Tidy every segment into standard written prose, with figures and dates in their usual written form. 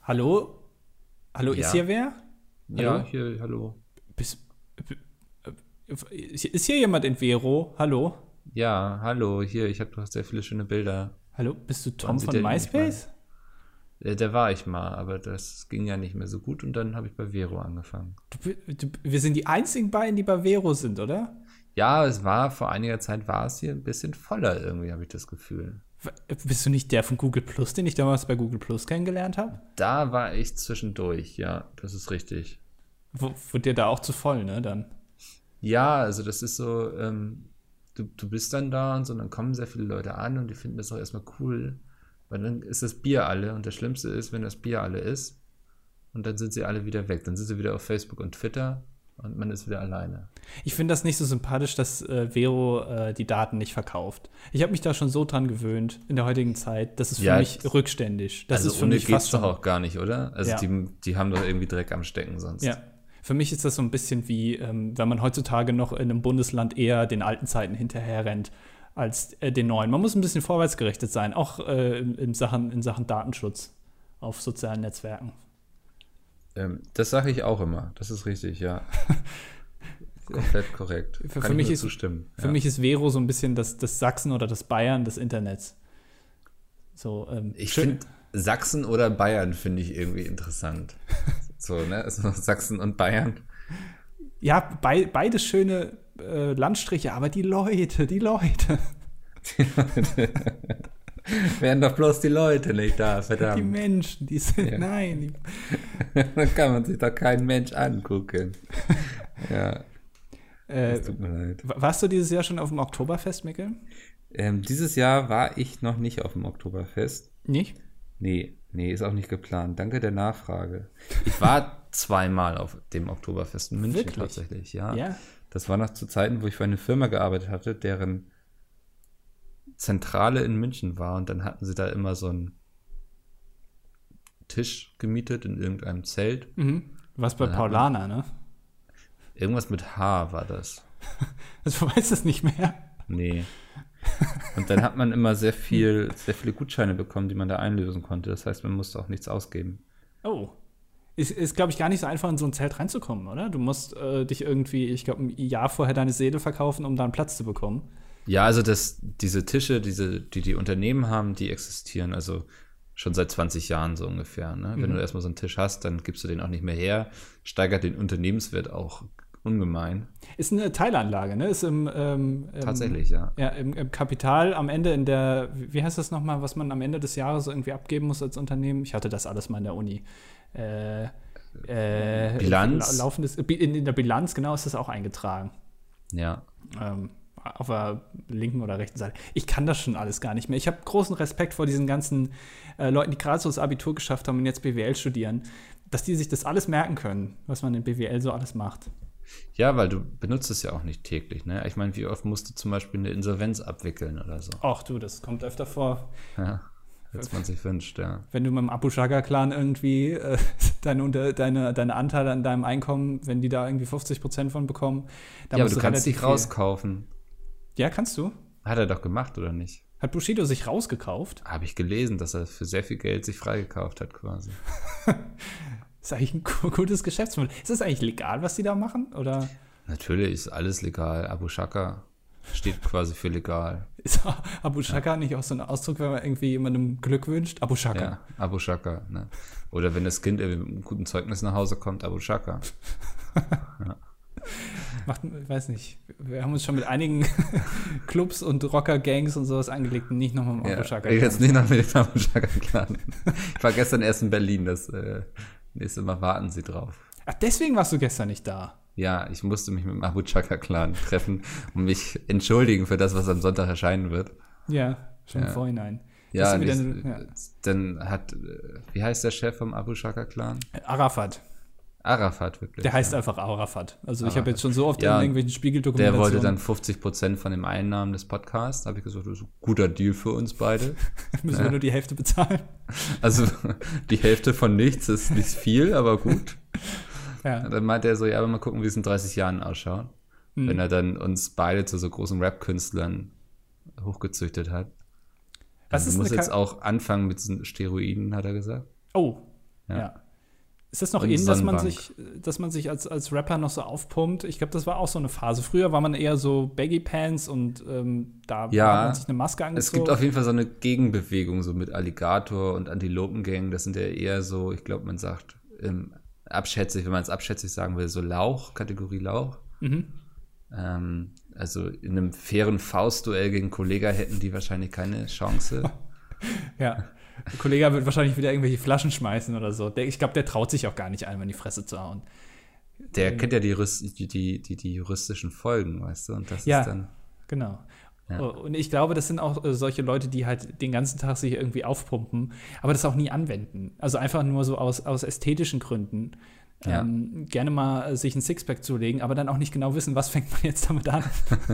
Hallo? Hallo, ist hier Ja, wer? ja, Hallo? hier, hallo. Bist, ist hier jemand in Vero? Hallo? Ja, hallo, hier, ich habe doch sehr viele schöne Bilder. Hallo? Bist du Waren Tom Sie von denn nicht mal? MySpace? Da war ich mal, aber das ging ja nicht mehr so gut und dann habe ich bei Vero angefangen. Wir sind die einzigen beiden, die bei Vero sind, oder? Ja, es war, vor einiger Zeit war es hier ein bisschen voller irgendwie, habe ich das Gefühl. Bist du nicht der von Google Plus, den ich damals bei Google Plus kennengelernt habe? Da war ich zwischendurch, ja, das ist richtig. Wurde dir da auch zu voll, ne? Dann. Ja, also das ist so, du bist dann da und so, und dann kommen sehr viele Leute an und die finden das auch erstmal cool, weil dann ist das Bier alle und das Schlimmste ist, wenn das Bier alle ist. Und dann sind sie alle wieder weg. Dann sind sie wieder auf Facebook und Twitter und man ist wieder alleine. Ich finde das nicht so sympathisch, dass Vero die Daten nicht verkauft. Ich habe mich da schon so dran gewöhnt in der heutigen Zeit. Das ist für Ja, mich rückständig. Das also ist für ohne mich geht's fast doch schon. auch gar nicht, oder? Also Ja. die haben doch irgendwie Dreck am Stecken Ja. sonst. Für mich ist das so ein bisschen wie, wenn man heutzutage noch in einem Bundesland eher den alten Zeiten hinterher rennt als den neuen. Man muss ein bisschen vorwärtsgerichtet sein, auch in Sachen Datenschutz auf sozialen Netzwerken. Das sage ich auch immer. Das ist richtig, ja. Komplett korrekt. Für, Kann für, ich mich nur ist, zustimmen. für Ja. mich ist Vero so ein bisschen das Sachsen oder das Bayern des Internets. So, Ich schön. finde Sachsen oder Bayern finde ich irgendwie interessant. So, ne? Also Sachsen und Bayern. Ja, beides schöne Landstriche, aber die Leute. Wären doch bloß die Leute nicht da, Die verdammt. Menschen, die sind, Ja. nein. Dann kann man sich doch kein Mensch angucken. Ja, Äh, das tut mir leid. warst du dieses Jahr schon auf dem Oktoberfest, Mikkel? Dieses Jahr war ich noch nicht auf dem Oktoberfest. Nicht? Nee, ist auch nicht geplant. Danke der Nachfrage. Ich war zweimal auf dem Oktoberfest in München Wirklich? tatsächlich, ja. Ja. Das war noch zu Zeiten, wo ich für eine Firma gearbeitet hatte, deren Zentrale in München war. Und dann hatten sie da immer so einen Tisch gemietet in irgendeinem Zelt. Mhm. Was bei Dann hat man- Paulaner, ne? Irgendwas mit H war das. Also du weißt es nicht mehr. Nee. Und dann hat man immer sehr viele Gutscheine bekommen, die man da einlösen konnte. Das heißt, man musste auch nichts ausgeben. Oh. Ist glaube ich, gar nicht so einfach, in so ein Zelt reinzukommen, oder? Du musst dich irgendwie, ich glaube, ein Jahr vorher deine Seele verkaufen, um da einen Platz zu bekommen. Ja, also diese Tische, die Unternehmen haben, die existieren also schon seit 20 Jahren so ungefähr. Ne? Wenn du erstmal so einen Tisch hast, dann gibst du den auch nicht mehr her. Steigert den Unternehmenswert auch ungemein. Ist eine Teilanlage, ne? Ist Tatsächlich, ja. ja, im Kapital am Ende in der, wie heißt das nochmal, was man am Ende des Jahres irgendwie abgeben muss als Unternehmen? Ich hatte das alles mal in der Uni. Bilanz? Laufendes, in der Bilanz, genau, ist das auch eingetragen. Ja. Auf der linken oder rechten Seite. Ich kann das schon alles gar nicht mehr. Ich habe großen Respekt vor diesen ganzen Leuten, die gerade so das Abitur geschafft haben und jetzt BWL studieren, dass die sich das alles merken können, was man in BWL so alles macht. Ja, weil du benutzt es ja auch nicht täglich. Ne? Ich meine, wie oft musst du zum Beispiel eine Insolvenz abwickeln oder so? Ach du, das kommt öfter vor. Ja, als man sich wünscht, ja. Wenn du mit dem Abu Shaka-Clan irgendwie deine Anteile an deinem Einkommen, wenn die da irgendwie 50% von bekommen, dann Ja, aber musst du kannst relativ dich viel- rauskaufen. Ja, kannst du. Hat er doch gemacht, oder nicht? Hat Bushido sich rausgekauft? Habe ich gelesen, dass er für sehr viel Geld sich freigekauft hat, quasi. Ist eigentlich ein gutes Geschäftsmodell. Ist das eigentlich legal, was die da machen? Oder Natürlich ist alles legal. Abu Shaka steht quasi für legal. ist Abu Shaka nicht auch so ein Ausdruck, wenn man irgendwie jemandem Glück wünscht? Abu Shaka. Ja, Abu Shaka. Ne? Oder wenn das Kind irgendwie mit einem guten Zeugnis nach Hause kommt, Abu Shaka. Ich weiß nicht. Wir haben uns schon mit einigen Clubs und Rocker-Gangs und sowas angelegt und nicht nochmal mit Ja, Abu Shaka. ich jetzt nicht noch mit dem Abu Shaka Clan. Ich war gestern erst in Berlin. Das nächste Mal warten Sie drauf. Ach, deswegen warst du gestern nicht da. Ja, ich musste mich mit dem Abu Shaka Clan treffen und mich entschuldigen für das, was am Sonntag erscheinen wird. Ja, schon im Ja. Vorhinein. Ja, Bist du nicht, wieder, dann hat, wie heißt der Chef vom Abu Shaka Clan? Arafat. Arafat, wirklich. Der heißt ja. einfach Arafat. Also ich Arafat. habe jetzt schon so oft Ja, in irgendwelchen Der Spiegeldokumentationen. wollte dann 50% von den Einnahmen des Podcasts. Da habe ich gesagt, das ist ein guter Deal für uns beide. müssen wir nur die Hälfte bezahlen. Also die Hälfte von nichts ist nicht viel, aber gut. Ja. Und dann meinte er so, ja, aber mal gucken, wie es in 30 Jahren ausschaut. Wenn er dann uns beide zu so großen Rap-Künstlern hochgezüchtet hat. Was Du ist musst eine jetzt auch anfangen mit diesen Steroiden, hat er gesagt. Oh, Ja. Ist das noch Und in, Sonnenbank. dass man sich als Rapper noch so aufpumpt? Ich glaube, das war auch so eine Phase. Früher war man eher so Baggy Pants und da hat man sich eine Maske angezogen. Es gibt auf jeden Fall so eine Gegenbewegung, so mit Alligator und Antilopengang. Das sind ja eher so, ich glaube, man sagt abschätzig, wenn man es abschätzig sagen will, so Lauch, Kategorie Lauch. Also in einem fairen Faustduell gegen Kollega hätten die wahrscheinlich keine Chance. Ja. Der Kollege wird wahrscheinlich wieder irgendwelche Flaschen schmeißen oder so. Ich glaube, der traut sich auch gar nicht, einem in die Fresse zu hauen. Der kennt ja die juristischen Folgen, weißt du? Und das Ja, ist dann. genau. Ja. Und ich glaube, das sind auch solche Leute, die halt den ganzen Tag sich irgendwie aufpumpen, aber das auch nie anwenden. Also einfach nur so aus ästhetischen Gründen. Ja. Gerne mal sich ein Sixpack zulegen, aber dann auch nicht genau wissen, was fängt man jetzt damit an.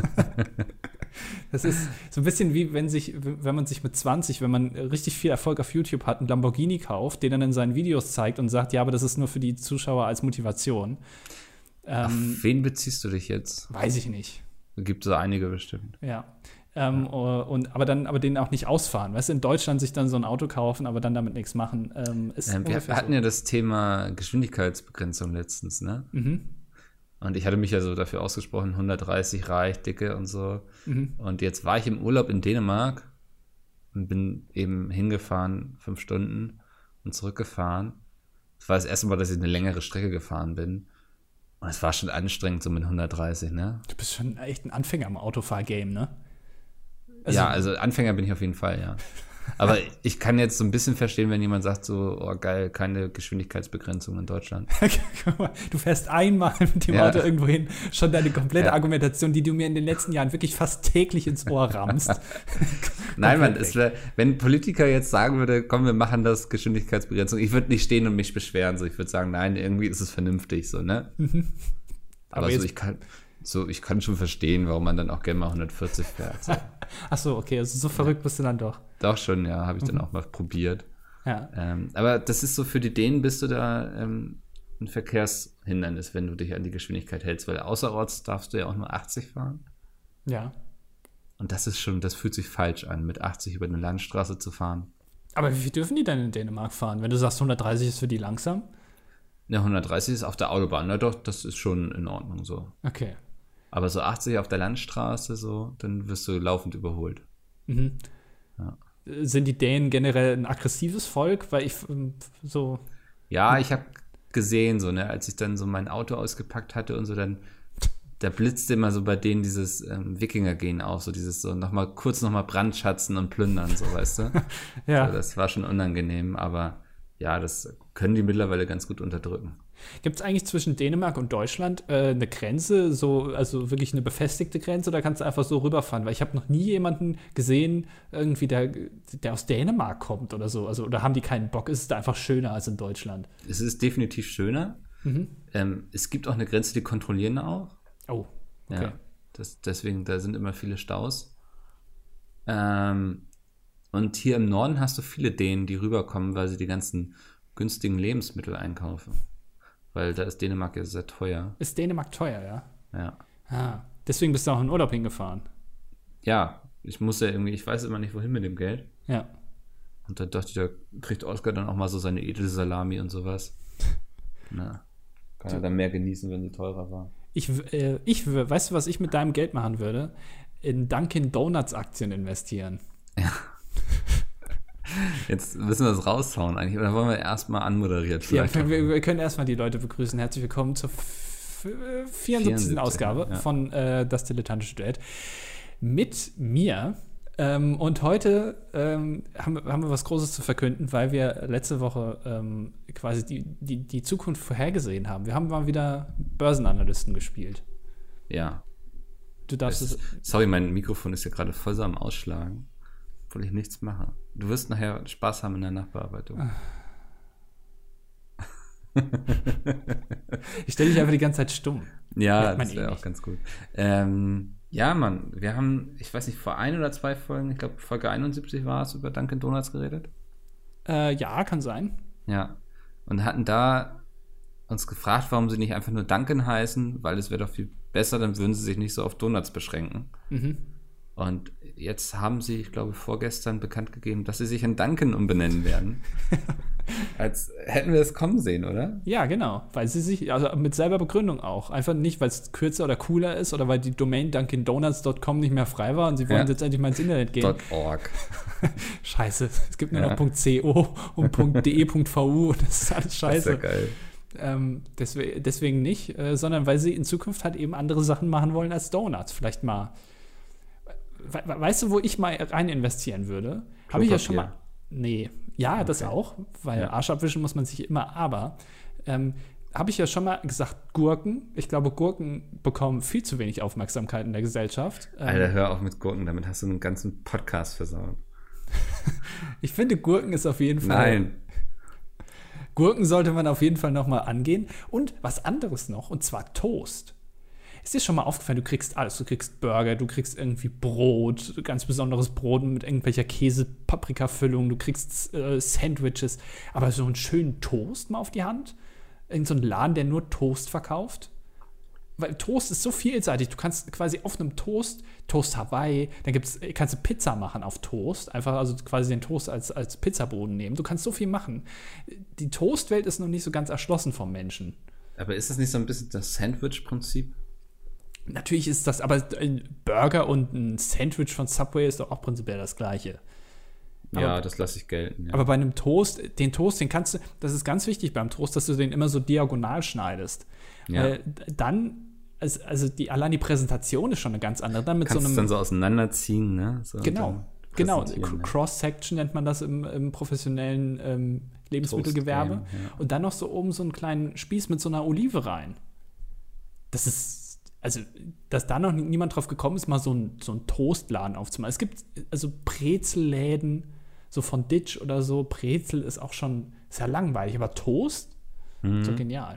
Das ist so ein bisschen wie, wenn man sich mit 20, wenn man richtig viel Erfolg auf YouTube hat, einen Lamborghini kauft, den dann in seinen Videos zeigt und sagt, ja, aber das ist nur für die Zuschauer als Motivation. Auf wen beziehst du dich jetzt? Weiß ich nicht. Gibt so einige bestimmt. Ja. Aber den auch nicht ausfahren. Weißt du, in Deutschland sich dann so ein Auto kaufen, aber dann damit nichts machen. Wir hatten ja das Thema Geschwindigkeitsbegrenzung letztens, ne? Und ich hatte mich ja so dafür ausgesprochen, 130 reicht, dicke und so. Und jetzt war ich im Urlaub in Dänemark und bin eben hingefahren, 5 Stunden und zurückgefahren. Das war das erste Mal, dass ich eine längere Strecke gefahren bin. Und es war schon anstrengend, so mit 130, ne? Du bist schon echt ein Anfänger im Autofahr-Game, ne? Also Anfänger bin ich auf jeden Fall, ja. Aber ich kann jetzt so ein bisschen verstehen, wenn jemand sagt so, oh geil, keine Geschwindigkeitsbegrenzung in Deutschland. Du fährst einmal mit dem Auto irgendwo hin, schon deine komplette Argumentation, die du mir in den letzten Jahren wirklich fast täglich ins Ohr rammst. Nein, Mann, wenn ein Politiker jetzt sagen würde, komm, wir machen das, Geschwindigkeitsbegrenzung, ich würde nicht stehen und mich beschweren, so ich würde sagen, nein, irgendwie ist es vernünftig, so, ne? Aber so, ich kann schon verstehen, warum man dann auch gerne mal 140 fährt. So. Ach so, okay, also so verrückt bist du dann doch. Doch schon, ja, habe ich dann auch mal probiert. Ja. Aber das ist so, für die Dänen bist du da ein Verkehrshindernis, wenn du dich an die Geschwindigkeit hältst, weil außerorts darfst du ja auch nur 80 fahren. Ja. Und das fühlt sich falsch an, mit 80 über eine Landstraße zu fahren. Aber wie viel dürfen die denn in Dänemark fahren? Wenn du sagst, 130 ist für die langsam? Ja, 130 ist auf der Autobahn, na doch, das ist schon in Ordnung so. Okay. Aber so 80 auf der Landstraße, so, dann wirst du laufend überholt. Ja. Sind die Dänen generell ein aggressives Volk? Weil ich so. Ja, ich habe gesehen, so, ne, als ich dann so mein Auto ausgepackt hatte und so, dann da blitzte immer so bei denen dieses Wikinger-Gehen auf, so dieses so kurz nochmal brandschatzen und plündern, so, weißt du? Ja. So, das war schon unangenehm, aber ja, das können die mittlerweile ganz gut unterdrücken. Gibt es eigentlich zwischen Dänemark und Deutschland eine Grenze, also wirklich eine befestigte Grenze, oder kannst du einfach so rüberfahren? Weil ich habe noch nie jemanden gesehen, irgendwie, der aus Dänemark kommt oder so. Also, oder haben die keinen Bock? Ist es da einfach schöner als in Deutschland? Es ist definitiv schöner. Es gibt auch eine Grenze, die kontrollieren auch. Oh, okay. Ja, deswegen, da sind immer viele Staus. Und hier im Norden hast du viele Dänen, die rüberkommen, weil sie die ganzen günstigen Lebensmittel einkaufen. Weil da ist Dänemark ja sehr teuer. Ist Dänemark teuer, ja? Ja. Ah, deswegen bist du auch in Urlaub hingefahren. Ja, ich weiß immer nicht, wohin mit dem Geld. Ja. Und dann dachte ich, da kriegt Oskar dann auch mal so seine Edelsalami und sowas. Na, kann er dann mehr genießen, wenn sie teurer war. Weißt du, was ich mit deinem Geld machen würde? In Dunkin' Donuts Aktien investieren. Ja. Jetzt müssen wir das raushauen eigentlich. Oder wollen wir erstmal anmoderiert vielleicht? Ja, wir können erstmal die Leute begrüßen. Herzlich willkommen zur 74. Ausgabe von Das Dilettantische Duett. Mit mir. Und heute haben wir was Großes zu verkünden, weil wir letzte Woche quasi die Zukunft vorhergesehen haben. Wir haben mal wieder Börsenanalysten gespielt. Ja. Du darfst sorry, mein Mikrofon ist ja gerade voll so am Ausschlagen, obwohl ich nichts mache. Du wirst nachher Spaß haben in der Nachbearbeitung. Ich stelle dich einfach die ganze Zeit stumm. Ja, das wäre auch ganz gut. Ja, Mann, wir haben, ich weiß nicht, vor 1 oder 2 Folgen, ich glaube Folge 71 war es, über Dunkin' Donuts geredet. Ja, kann sein. Ja, und hatten da uns gefragt, warum sie nicht einfach nur Dunkin' heißen, weil es wäre doch viel besser, dann würden sie sich nicht so auf Donuts beschränken. Und jetzt haben sie, ich glaube, vorgestern bekannt gegeben, dass sie sich in Dunkin' umbenennen werden. Als hätten wir es kommen sehen, oder? Ja, genau. Weil sie sich, also mit selber Begründung auch. Einfach nicht, weil es kürzer oder cooler ist oder weil die Domain dunkindonuts.com nicht mehr frei war und sie wollen jetzt endlich mal ins Internet gehen. .org. Scheiße. Es gibt nur noch .co und .de.vu. Das ist alles scheiße. Das ist ja geil. Deswegen nicht, sondern weil sie in Zukunft halt eben andere Sachen machen wollen als Donuts. Vielleicht mal. Weißt du, wo ich mal rein investieren würde? Habe ich ja schon mal. Nee. Ja, okay. Das auch, weil Arsch abwischen muss man sich immer, aber habe ich ja schon mal gesagt, Gurken. Ich glaube, Gurken bekommen viel zu wenig Aufmerksamkeit in der Gesellschaft. Alter, hör auf mit Gurken, damit hast du einen ganzen Podcast versaut. Ich finde, Gurken ist auf jeden Fall. Nein. Gurken sollte man auf jeden Fall nochmal angehen. Und was anderes noch, und zwar Toast. Ist dir schon mal aufgefallen, du kriegst alles. Du kriegst Burger, du kriegst irgendwie Brot, ganz besonderes Brot mit irgendwelcher Käse-Paprika-Füllung, du kriegst Sandwiches, aber so einen schönen Toast mal auf die Hand? Irgend so ein Laden, der nur Toast verkauft? Weil Toast ist so vielseitig. Du kannst quasi auf einem Toast Hawaii, dann kannst du Pizza machen auf Toast. Einfach also quasi den Toast als Pizzaboden nehmen. Du kannst so viel machen. Die Toastwelt ist noch nicht so ganz erschlossen vom Menschen. Aber ist das nicht so ein bisschen das Sandwich-Prinzip? Natürlich ist das, aber ein Burger und ein Sandwich von Subway ist doch auch prinzipiell das Gleiche. Ja, das lasse ich gelten. Ja. Aber bei einem Toast, den kannst du, das ist ganz wichtig beim Toast, dass du den immer so diagonal schneidest. Ja. Weil dann, also allein die Präsentation ist schon eine ganz andere. Dann mit kannst so einem, es dann so auseinanderziehen, ne? So genau. Cross-Section nennt man das im professionellen Lebensmittelgewerbe. Toast, ja. Und dann noch so oben so einen kleinen Spieß mit so einer Olive rein. Das ist, also, dass da noch niemand drauf gekommen ist, mal so einen Toastladen aufzumachen. Es gibt also Brezelläden, so von Ditch oder so. Brezel ist auch schon, ist ja langweilig, aber Toast, so genial.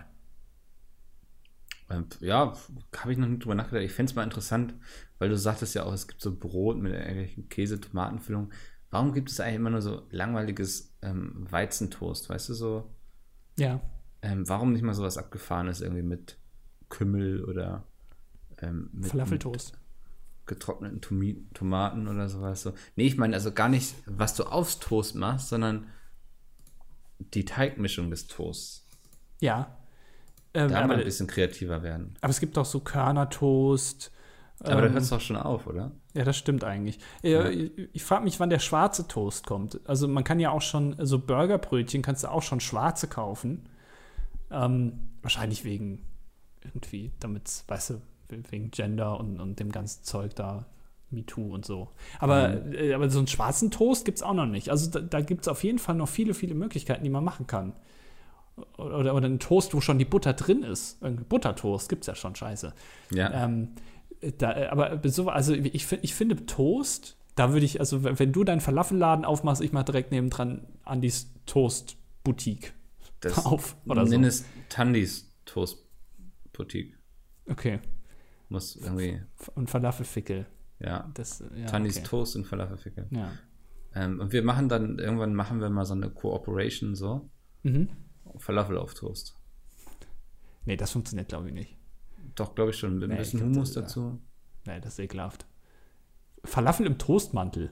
Ja, habe ich noch nicht drüber nachgedacht. Ich fände es mal interessant, weil du sagtest ja auch, es gibt so Brot mit irgendwelchen Käse-Tomatenfüllungen. Warum gibt es eigentlich immer nur so langweiliges Weizentoast, weißt du so? Ja. Warum nicht mal sowas Abgefahrenes irgendwie mit Kümmel oder mit Falafeltoast. Getrockneten Tomaten oder sowas. So. Nee, ich meine also gar nicht, was du aufs Toast machst, sondern die Teigmischung des Toasts. Ja. Da mal ein bisschen kreativer werden. Aber es gibt auch so Körnertoast. Aber da hört es doch schon auf, oder? Ja, das stimmt eigentlich. Ja. Ich frage mich, wann der schwarze Toast kommt. Also man kann ja auch schon, so Burgerbrötchen kannst du auch schon schwarze kaufen. Wahrscheinlich wegen irgendwie, damit, weißt du, wegen Gender und dem ganzen Zeug da, MeToo und so. Aber so einen schwarzen Toast gibt es auch noch nicht. Also da gibt es auf jeden Fall noch viele, viele Möglichkeiten, die man machen kann. Oder einen Toast, wo schon die Butter drin ist. Buttertoast gibt es ja schon, scheiße. Ja. Ich finde Toast, da würde ich, also wenn du deinen Falafelladen aufmachst, ich mache direkt nebendran Andys Toast Boutique auf. Oder nenn so. es Tandis Toast Boutique. Okay. Muss irgendwie. Und Falafelfickel. Ja. Ja, Tandis okay. Toast und Falafelfickel. Ja. Und irgendwann machen wir mal so eine Cooperation so. Mhm. Falafel auf Toast. Nee, das funktioniert, glaube ich, nicht. Doch, glaube ich schon. Mit ein bisschen Hummus dazu. Nee, das ist ekelhaft. Falafel im Toastmantel.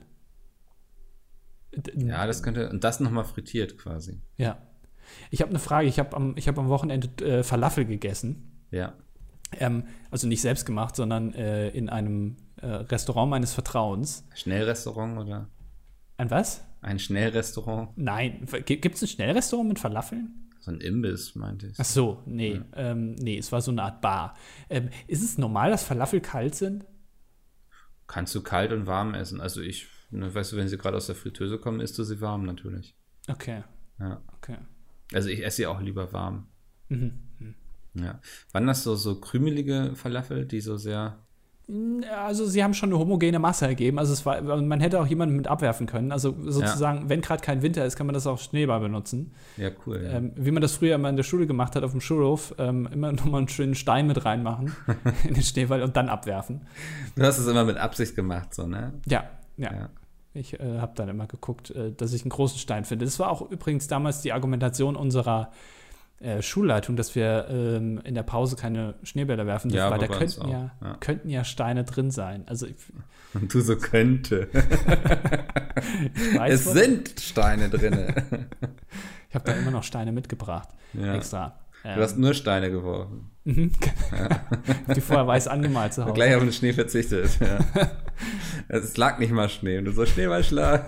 Ja, das könnte. Und das nochmal frittiert quasi. Ja. Ich habe eine Frage. Ich hab am Wochenende Falafel gegessen. Ja. Also nicht selbst gemacht, sondern in einem Restaurant meines Vertrauens. Schnellrestaurant oder? Ein was? Ein Schnellrestaurant? Nein. Gibt es ein Schnellrestaurant mit Falafeln? So ein Imbiss, meinte ich. Ach so, nee. Ja. Nee, es war so eine Art Bar. Ist es normal, dass Falafel kalt sind? Kannst du kalt und warm essen. Also weißt du, wenn sie gerade aus der Fritteuse kommen, isst du sie warm natürlich. Okay. Ja. Okay. Also ich esse sie auch lieber warm. Mhm. Ja. Waren das so krümelige Falafel, die so sehr... Also sie haben schon eine homogene Masse ergeben. Also man hätte auch jemanden mit abwerfen können. Also sozusagen, wenn gerade kein Winter ist, kann man das auch Schneeball benutzen. Ja, cool. Ja. Wie man das früher immer in der Schule gemacht hat, auf dem Schulhof, immer nochmal einen schönen Stein mit reinmachen in den Schneeball und dann abwerfen. Du hast es immer mit Absicht gemacht, so, ne? Ja. Ich habe dann immer geguckt, dass ich einen großen Stein finde. Das war auch übrigens damals die Argumentation unserer Schulleitung, dass wir in der Pause keine Schneebälle werfen dürfen, Ja, weil da bei uns könnten ja Steine drin sein. Also Und du so könnte. ich weiß, Es sind Steine drin. ich habe da immer noch Steine mitgebracht, Ja. extra. Du hast nur Steine geworfen. Die vorher weiß angemalt zu Hause. Gleich auf den Schnee verzichtet. Ja. Es lag nicht mal Schnee und du so Schneeballschlag.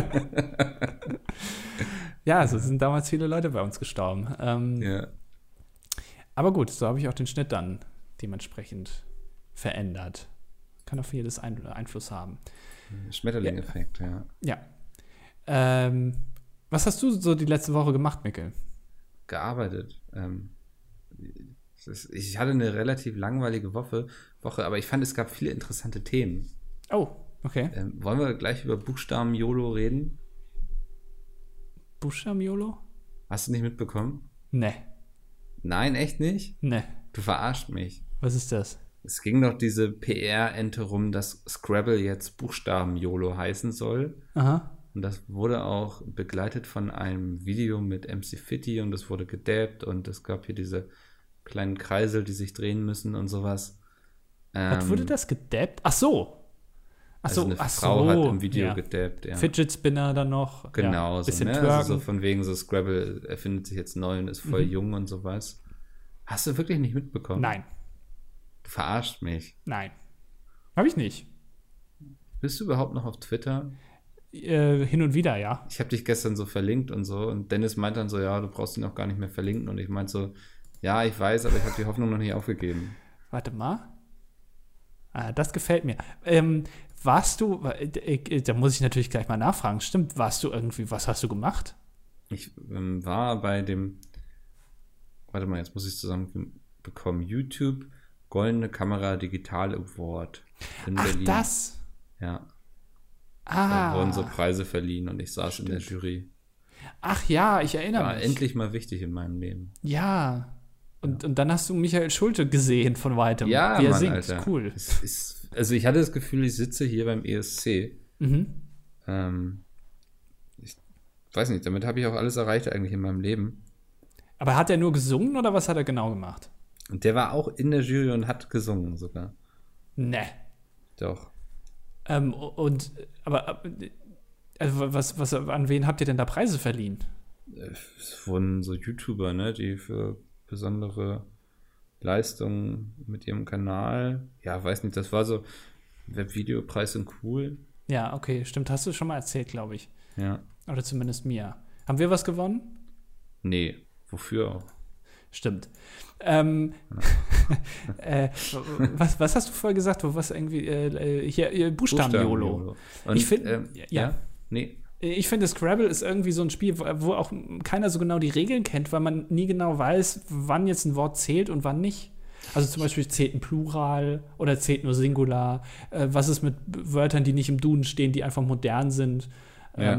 Ja, so sind damals viele Leute bei uns gestorben. Ja. Aber gut, so habe ich auch den Schnitt dann dementsprechend verändert. Kann auf jedes Einfluss haben. Schmetterling-Effekt, ja. Ja. Was hast du so die letzte Woche gemacht, Mikkel? Gearbeitet. Ich hatte eine relativ langweilige Woche, aber ich fand, es gab viele interessante Themen. Oh, okay. Wollen wir gleich über Buchstaben YOLO reden? Buchstaben-YOLO? Hast du nicht mitbekommen? Ne. Nein, echt nicht? Ne. Du verarscht mich. Was ist das? Es ging doch diese PR-Ente rum, dass Scrabble jetzt Buchstaben YOLO heißen soll. Aha. Und das wurde auch begleitet von einem Video mit MC Fitti und es wurde gedabbt und es gab hier diese kleinen Kreisel, die sich drehen müssen und sowas. Was wurde das gedabbt? Ach so. Also eine Frau hat im Video gedabbt, ja. Fidget Spinner dann noch. Genau, ja, so, bisschen ne? twerken. Also so von wegen so Scrabble erfindet sich jetzt neu und ist voll jung und sowas. Hast du wirklich nicht mitbekommen? Nein. Du verarscht mich. Nein. Habe ich nicht. Bist du überhaupt noch auf Twitter? Hin und wieder, ja. Ich habe dich gestern so verlinkt und so und Dennis meint dann so, ja, du brauchst ihn auch gar nicht mehr verlinken und ich meinte so, ja, ich weiß, aber ich habe die Hoffnung noch nicht aufgegeben. Warte mal. Das gefällt mir. Warst du, da muss ich natürlich gleich mal nachfragen, stimmt, warst du irgendwie, was hast du gemacht? Ich war bei dem, warte mal, jetzt muss ich es zusammenbekommen, YouTube Goldene Kamera Digital Award in Berlin. Das? Ja. Da wurden so Preise verliehen und ich saß in der Jury. Ach ja, ich erinnere War mich. endlich mal wichtig in meinem Leben. Ja. Und dann hast du Michael Schulte gesehen von weitem. Ja, wie er Mann, singt. Alter. Cool. Also ich hatte das Gefühl, ich sitze hier beim ESC. Ich weiß nicht, damit habe ich auch alles erreicht eigentlich in meinem Leben. Aber hat er nur gesungen oder was hat er genau gemacht? Und der war auch in der Jury und hat gesungen sogar. Ne. Doch. Aber was, an wen habt ihr denn da Preise verliehen? Es wurden so YouTuber, ne, die für besondere Leistungen mit ihrem Kanal, ja, weiß nicht, das war so Webvideopreis und cool. Ja, okay, stimmt, hast du schon mal erzählt, glaube ich. Ja. Oder zumindest mir. Haben wir was gewonnen? Nee, wofür auch? Stimmt. Was hast du vorher gesagt? Was irgendwie hier Buchstaben-YOLO. Ich finde, nee. Ich finde, Scrabble ist irgendwie so ein Spiel, wo auch keiner so genau die Regeln kennt, weil man nie genau weiß, wann jetzt ein Wort zählt und wann nicht. Also zum Beispiel zählt ein Plural oder zählt nur Singular. Was ist mit Wörtern, die nicht im Duden stehen, die einfach modern sind? Ja.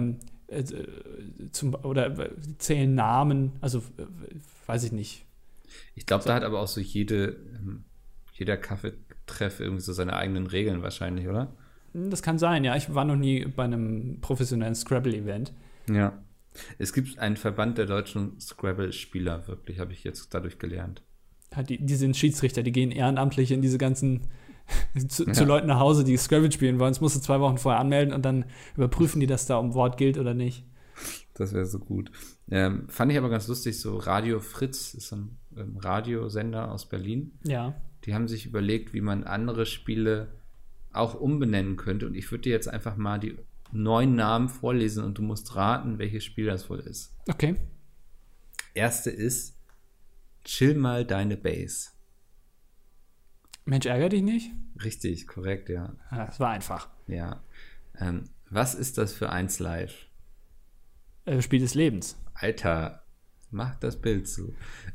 Oder zählen Namen, also weiß ich nicht. Ich glaube, da hat aber auch so jeder Kaffeetreff irgendwie so seine eigenen Regeln wahrscheinlich, oder? Das kann sein, ja. Ich war noch nie bei einem professionellen Scrabble-Event. Ja. Es gibt einen Verband der deutschen Scrabble-Spieler, wirklich, habe ich jetzt dadurch gelernt. Die sind Schiedsrichter, die gehen ehrenamtlich in diese ganzen zu Leuten nach Hause, die Scrabble spielen wollen. Das musst du 2 Wochen vorher anmelden und dann überprüfen die, dass da um Wort gilt oder nicht. Das wäre so gut. Fand ich aber ganz lustig, so Radio Fritz ist so ein Radiosender aus Berlin. Ja. Die haben sich überlegt, wie man andere Spiele auch umbenennen könnte. Und ich würde dir jetzt einfach mal die 9 Namen vorlesen und du musst raten, welches Spiel das wohl ist. Okay. Erste ist Chill mal deine Base. Mensch, ärger dich nicht? Richtig, korrekt, ja. Das war einfach. Ja. Was ist das für eins live? Spiel des Lebens. Alter, mach das Bild zu.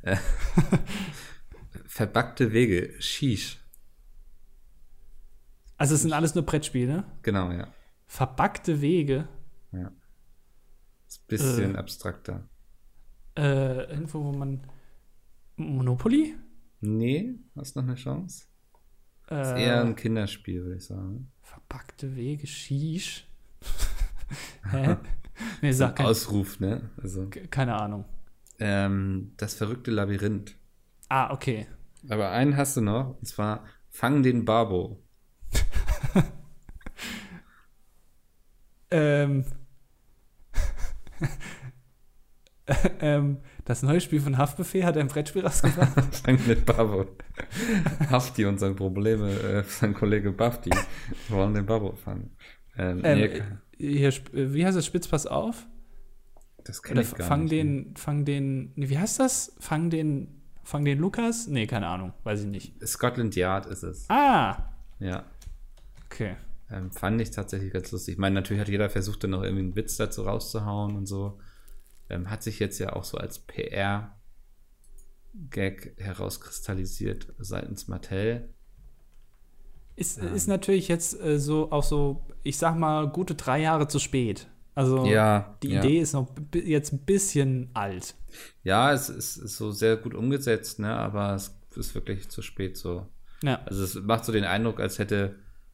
Verbackte Wege, Shish. Also es sind alles nur Brettspiele? Genau, ja. Verbackte Wege? Ja. Ist ein bisschen abstrakter. Irgendwo, wo man Monopoly? Nee, hast noch eine Chance? Ist eher ein Kinderspiel, würde ich sagen. Verbackte Wege, Shish. Hä? Nee, sag Ausruf, ne? Also. Keine Ahnung. Das verrückte Labyrinth. Ah, okay. Aber einen hast du noch, und zwar Fang den Barbo. Ähm, das neue Spiel von Haftbefehl hat ein Brettspiel rausgebracht. Fang den Barbo. Hafti und sein Probleme, sein Kollege Bafti wollen den Barbo fangen. Hier, wie heißt das? Spitz, pass auf? Das kenne ich gar nicht. Fang den, nee, wie heißt das? Fang den Lukas? Nee, keine Ahnung, weiß ich nicht. Scotland Yard ist es. Ah! Ja. Okay. Fand ich tatsächlich ganz lustig. Ich meine, natürlich hat jeder versucht, dann noch irgendwie einen Witz dazu rauszuhauen und so. Hat sich jetzt ja auch so als PR-Gag herauskristallisiert seitens Mattel. Ist natürlich jetzt auch so, ich sag mal, gute 3 Jahre zu spät. Also die Idee ist noch jetzt ein bisschen alt. Ja, es ist so sehr gut umgesetzt, ne? Aber es ist wirklich zu spät so. Ja. Also es macht so den Eindruck, als wäre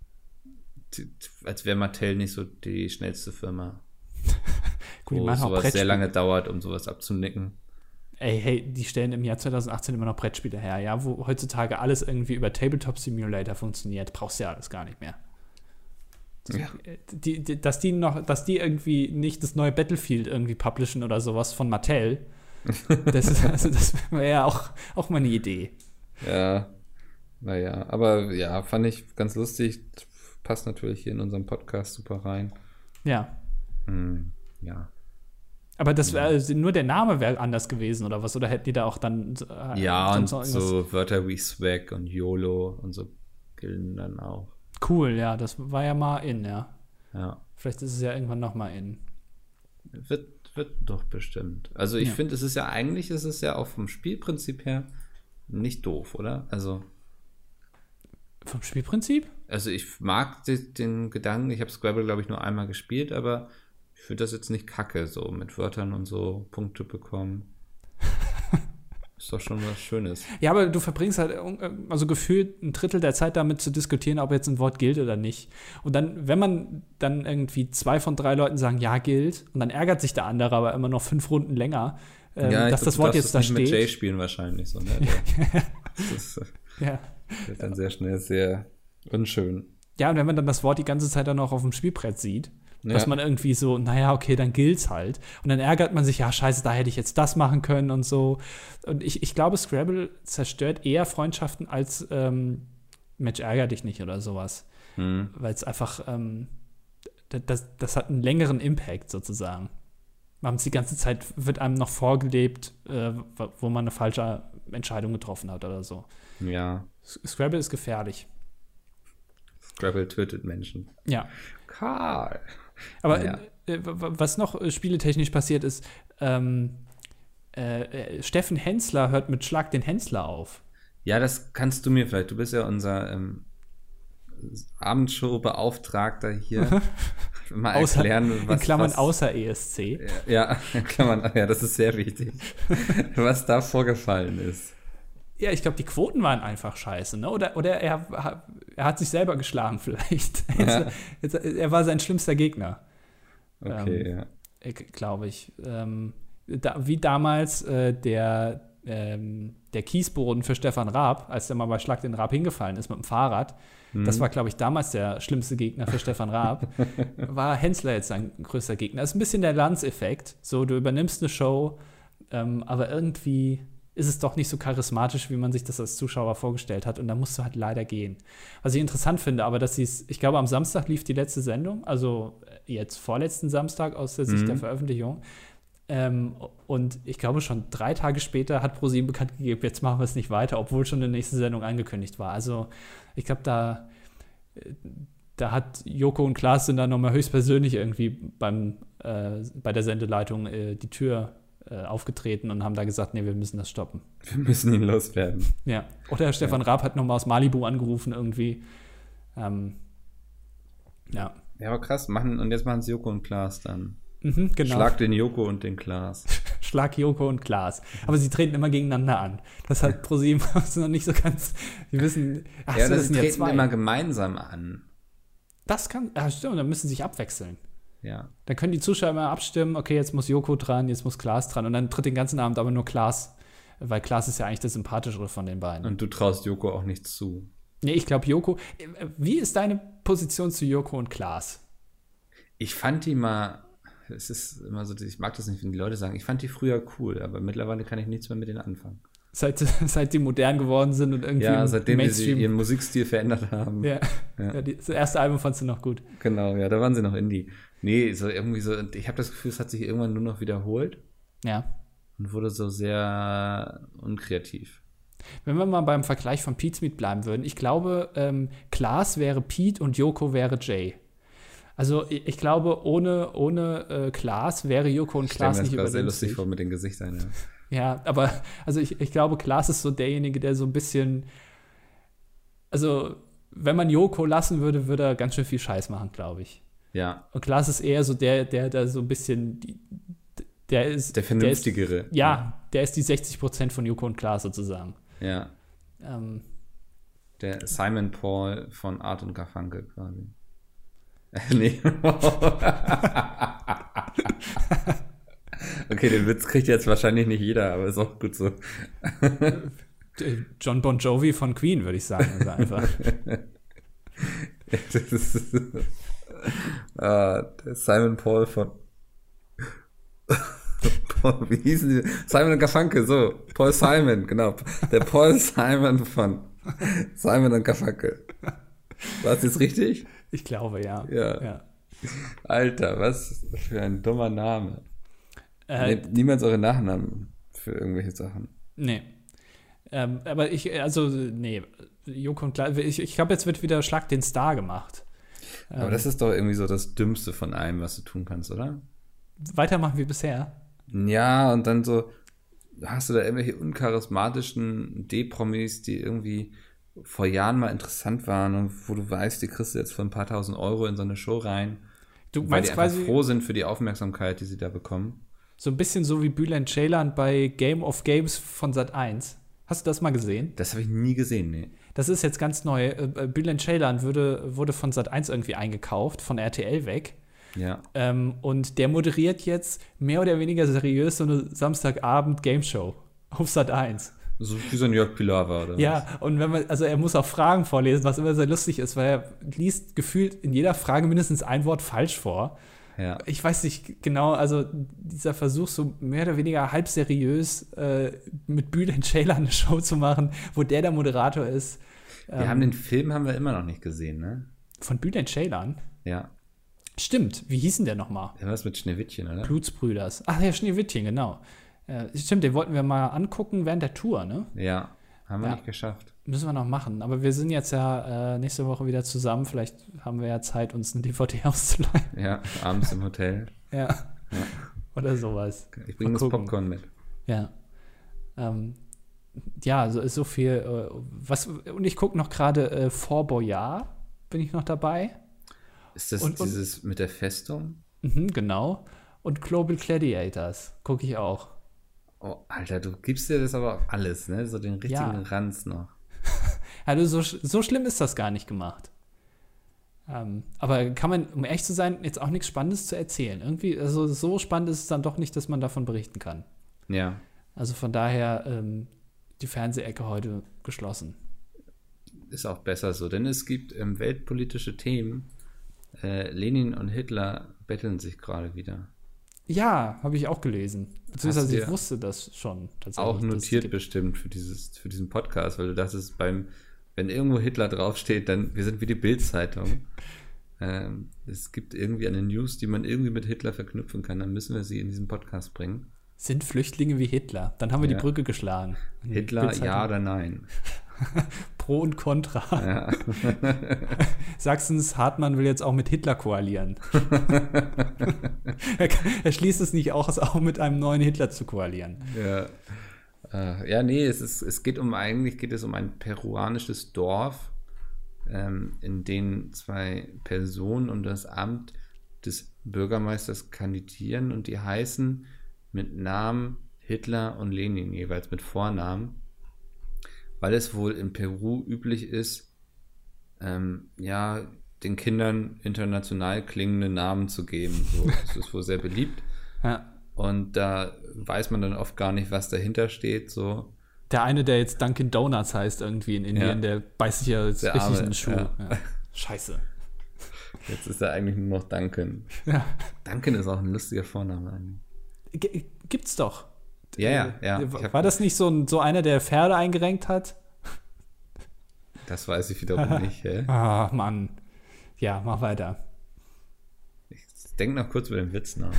Mattel nicht so die schnellste Firma. Gut, wo sowas sehr lange dauert, um sowas abzunicken. Hey, die stellen im Jahr 2018 immer noch Brettspiele her, ja, wo heutzutage alles irgendwie über Tabletop Simulator funktioniert, brauchst du ja alles gar nicht mehr. Ja. Dass die irgendwie nicht das neue Battlefield irgendwie publishen oder sowas von Mattel, das wäre ja auch mal eine Idee. Ja, naja, aber ja, fand ich ganz lustig. Passt natürlich hier in unserem Podcast super rein. Ja. Ja. Aber das wäre nur der Name wäre anders gewesen oder was? Oder hätten die da auch dann ja, und so Wörter wie Swag und YOLO und so gelten dann auch. Cool, ja, das war ja mal in, ja. Ja. Vielleicht ist es ja irgendwann noch mal in. Wird doch bestimmt. Also ich finde, es ist ja auch vom Spielprinzip her nicht doof, oder? Also vom Spielprinzip? Also ich mag den Gedanken, ich habe Scrabble, glaube ich, nur einmal gespielt, aber ich finde das jetzt nicht kacke, so mit Wörtern und so Punkte bekommen. Ist doch schon was Schönes. Ja, aber du verbringst halt also gefühlt ein Drittel der Zeit damit zu diskutieren, ob jetzt ein Wort gilt oder nicht. Und dann, wenn man dann irgendwie 2 von 3 Leuten sagen, ja, gilt, und dann ärgert sich der andere aber immer noch 5 Runden länger, dass das Wort jetzt da steht. Mit Jay spielen wahrscheinlich so, ne? Das wird dann sehr schnell sehr unschön. Ja, und wenn man dann das Wort die ganze Zeit dann auch auf dem Spielbrett sieht, dass man irgendwie so, naja, okay, dann gilt's halt. Und dann ärgert man sich, ja, scheiße, da hätte ich jetzt das machen können und so. Und ich glaube, Scrabble zerstört eher Freundschaften als Mensch, ärger dich nicht oder sowas. Weil es einfach, das hat einen längeren Impact sozusagen. Man die ganze Zeit wird einem noch vorgelebt, wo man eine falsche Entscheidung getroffen hat oder so. Ja. Scrabble ist gefährlich. Scrabble tötet Menschen. Ja. Karl. Aber was noch spieletechnisch passiert ist, Steffen Hensler hört mit Schlag den Hensler auf. Ja, das kannst du mir vielleicht. Du bist ja unser Abendshow-Beauftragter hier. Mal erklären, was. In Klammern außer ESC. Ja, in Klammern, ja, das ist sehr wichtig. Was da vorgefallen ist. Ja, ich glaube, die Quoten waren einfach scheiße, ne? Oder er hat sich selber geschlagen vielleicht. Ja. Er war sein schlimmster Gegner. Okay, glaube ich. Wie damals der Kiesboden für Stefan Raab, als der mal bei Schlag den Raab hingefallen ist mit dem Fahrrad. Das war, glaube ich, damals der schlimmste Gegner für Stefan Raab. War Hensler jetzt sein größter Gegner. Das ist ein bisschen der Lanz-Effekt. So, du übernimmst eine Show, aber irgendwie ist es doch nicht so charismatisch, wie man sich das als Zuschauer vorgestellt hat. Und da musst du halt leider gehen. Was ich interessant finde, aber dass ich glaube, am Samstag lief die letzte Sendung, also jetzt vorletzten Samstag aus der Sicht der Veröffentlichung. Und ich glaube, schon 3 Tage später hat ProSieben bekannt gegeben, jetzt machen wir es nicht weiter, obwohl schon eine nächste Sendung angekündigt war. Also ich glaube, da hat Joko und Klaas sind dann nochmal höchstpersönlich irgendwie bei der Sendeleitung die Tür aufgetreten und haben da gesagt, nee, wir müssen das stoppen. Wir müssen ihn loswerden. Ja. Oder Stefan Raab hat nochmal aus Malibu angerufen irgendwie. Ja. Ja, aber krass. Und jetzt machen es Joko und Klaas dann. Genau. Schlag den Joko und den Klaas. Schlag Joko und Klaas. Aber sie treten immer gegeneinander an. Das hat ProSieben noch nicht so ganz. Die wissen. Ach ja, so, das treten immer gemeinsam an. Das kann. Ja, stimmt. Dann müssen sie sich abwechseln. Ja. Dann können die Zuschauer immer abstimmen, okay, jetzt muss Joko dran, jetzt muss Klaas dran. Und dann tritt den ganzen Abend aber nur Klaas, weil Klaas ist ja eigentlich der sympathischere von den beiden. Und du traust Joko auch nichts zu. Nee, ich glaube Joko. Wie ist deine Position zu Joko und Klaas? Ich fand die mal, es ist immer so, ich mag das nicht, wenn die Leute sagen, ich fand die früher cool, aber mittlerweile kann ich nichts mehr mit denen anfangen. Seit die modern geworden sind und irgendwie Ja, seitdem sie Mainstream. ihren Musikstil verändert haben. Ja, das erste Album fandst du noch gut. Genau, ja, da waren sie noch Indie. Nee, so irgendwie so, ich habe das Gefühl, es hat sich irgendwann nur noch wiederholt Ja. und wurde so sehr unkreativ. Wenn wir mal beim Vergleich von Pete Smith bleiben würden, ich glaube, Klaas wäre Pete und Joko wäre Jay. Also ich glaube, ohne Klaas wäre Joko und Klaas nicht überlebensfähig. Ich stelle mir das sehr lustig überlebensfähig. vor mit den Gesichtern, ja. Ja, aber also ich glaube, Klaas ist so derjenige, der so ein bisschen, also wenn man Joko lassen würde, würde er ganz schön viel Scheiß machen, glaube ich. Ja, Und Klaas ist eher so der so ein bisschen, der ist der Vernünftigere. Der ist die 60% von Joko und Klaas sozusagen. Ja, der Simon Paul von Art und Garfunkel quasi. Nee. Okay, den Witz kriegt jetzt wahrscheinlich nicht jeder, aber ist auch gut so. John Bon Jovi von Queen, würde ich sagen. Also einfach. Das ist, der Simon Paul von Paul, wie hießen die? Simon und Garfunkel, so. Paul Simon, genau. Der Paul Simon von Simon und Garfunkel. War es jetzt richtig? Ich glaube, ja. Ja. Alter, was für ein dummer Name. Nehmt niemals eure Nachnamen für irgendwelche Sachen. Nee. Aber Joko und Klaas, ich glaube, jetzt wird wieder Schlag den Star gemacht. Aber das ist doch irgendwie so das Dümmste von allem, was du tun kannst, oder? Weitermachen wie bisher. Ja, und dann so, hast du da irgendwelche uncharismatischen D-Promis, die irgendwie vor Jahren mal interessant waren und wo du weißt, die kriegst du jetzt für ein paar tausend Euro in so eine Show rein, Du weil meinst die einfach quasi froh sind für die Aufmerksamkeit, die sie da bekommen. so ein bisschen so wie Bülent Ceylan bei Game of Games von Sat.1. Hast du das mal gesehen? Das habe ich nie gesehen, nee. Das ist jetzt ganz neu. Bülent Ceylan wurde von Sat.1 irgendwie eingekauft, von RTL weg. Ja. Und der moderiert jetzt mehr oder weniger seriös so eine Samstagabend-Gameshow auf Sat.1. So wie so ein Jörg Pilawa, oder Ja, und er muss auch Fragen vorlesen, was immer sehr lustig ist, weil er liest gefühlt in jeder Frage mindestens ein Wort falsch vor. Ja. Ich weiß nicht genau, also dieser Versuch, so mehr oder weniger halb seriös mit Bülent Ceylan eine Show zu machen, wo der Moderator ist. Wir haben den Film haben wir immer noch nicht gesehen, ne? Von Bülent Ceylan? Ja. Stimmt, wie hieß denn der nochmal? Der war es mit Schneewittchen, oder? Blutsbrüders. Ach ja, Schneewittchen, genau. Stimmt, den wollten wir mal angucken während der Tour, ne? Ja, haben wir Ja. nicht geschafft. Müssen wir noch machen. Aber wir sind jetzt ja nächste Woche wieder zusammen. Vielleicht haben wir ja Zeit, uns eine DVD auszuleihen. Ja, abends im Hotel. Ja. Oder sowas. Ich bringe Mal das gucken. Popcorn mit. Ja. Ja, so ist so viel. Und ich gucke noch gerade Fort Boyard. Bin ich noch dabei? Ist das Und- dieses mit der Festung? Mhm, genau. Und Global Gladiators gucke ich auch. Oh, Alter, du gibst dir das aber auch alles, ne? So den richtigen Ja. Ranz noch. Also so schlimm ist das gar nicht gemacht. Aber kann man, um ehrlich zu sein, jetzt auch nichts Spannendes zu erzählen. Irgendwie, also so spannend ist es dann doch nicht, dass man davon berichten kann. Ja. Also von daher die Fernsehecke heute geschlossen. Ist auch besser so, denn es gibt weltpolitische Themen. Lenin und Hitler betteln sich gerade wieder. Ja, habe ich auch gelesen. Beziehungsweise Hast du ich dir wusste das schon tatsächlich. Auch dass es notiert gibt. bestimmt für diesen Podcast, weil du dachtest, wenn irgendwo Hitler draufsteht, dann, wir sind wie die Bild-Zeitung. Es gibt irgendwie eine News, die man irgendwie mit Hitler verknüpfen kann, dann müssen wir sie in diesen Podcast bringen. Sind Flüchtlinge wie Hitler? Dann haben wir Ja. die Brücke geschlagen. Hitler, Bildzeitung. ja oder nein? Pro und Contra. Ja. Sachsens Hartmann will jetzt auch mit Hitler koalieren. er schließt es nicht aus, auch mit einem neuen Hitler zu koalieren. Ja. Ja, nee, eigentlich geht es um ein peruanisches Dorf, in dem zwei Personen um das Amt des Bürgermeisters kandidieren und die heißen mit Namen Hitler und Lenin, jeweils mit Vornamen, weil es wohl in Peru üblich ist, den Kindern international klingende Namen zu geben. So, das ist wohl sehr beliebt. Ja. Und da weiß man dann oft gar nicht, was dahinter steht. So. Der eine, der jetzt Dunkin' Donuts heißt irgendwie in Indien, der beißt sich ja jetzt Der richtig Arme, in den Schuh. ja. Ja. Scheiße. Jetzt ist er eigentlich nur noch Duncan. Ja. Duncan ist auch ein lustiger Vorname eigentlich. Gibt's doch. Ja. War das nicht so einer, der Pferde eingerenkt hat? Das weiß ich wiederum nicht. Hä? Ah, Mann. Ja, mach weiter. Ich denke noch kurz über den Witz nach.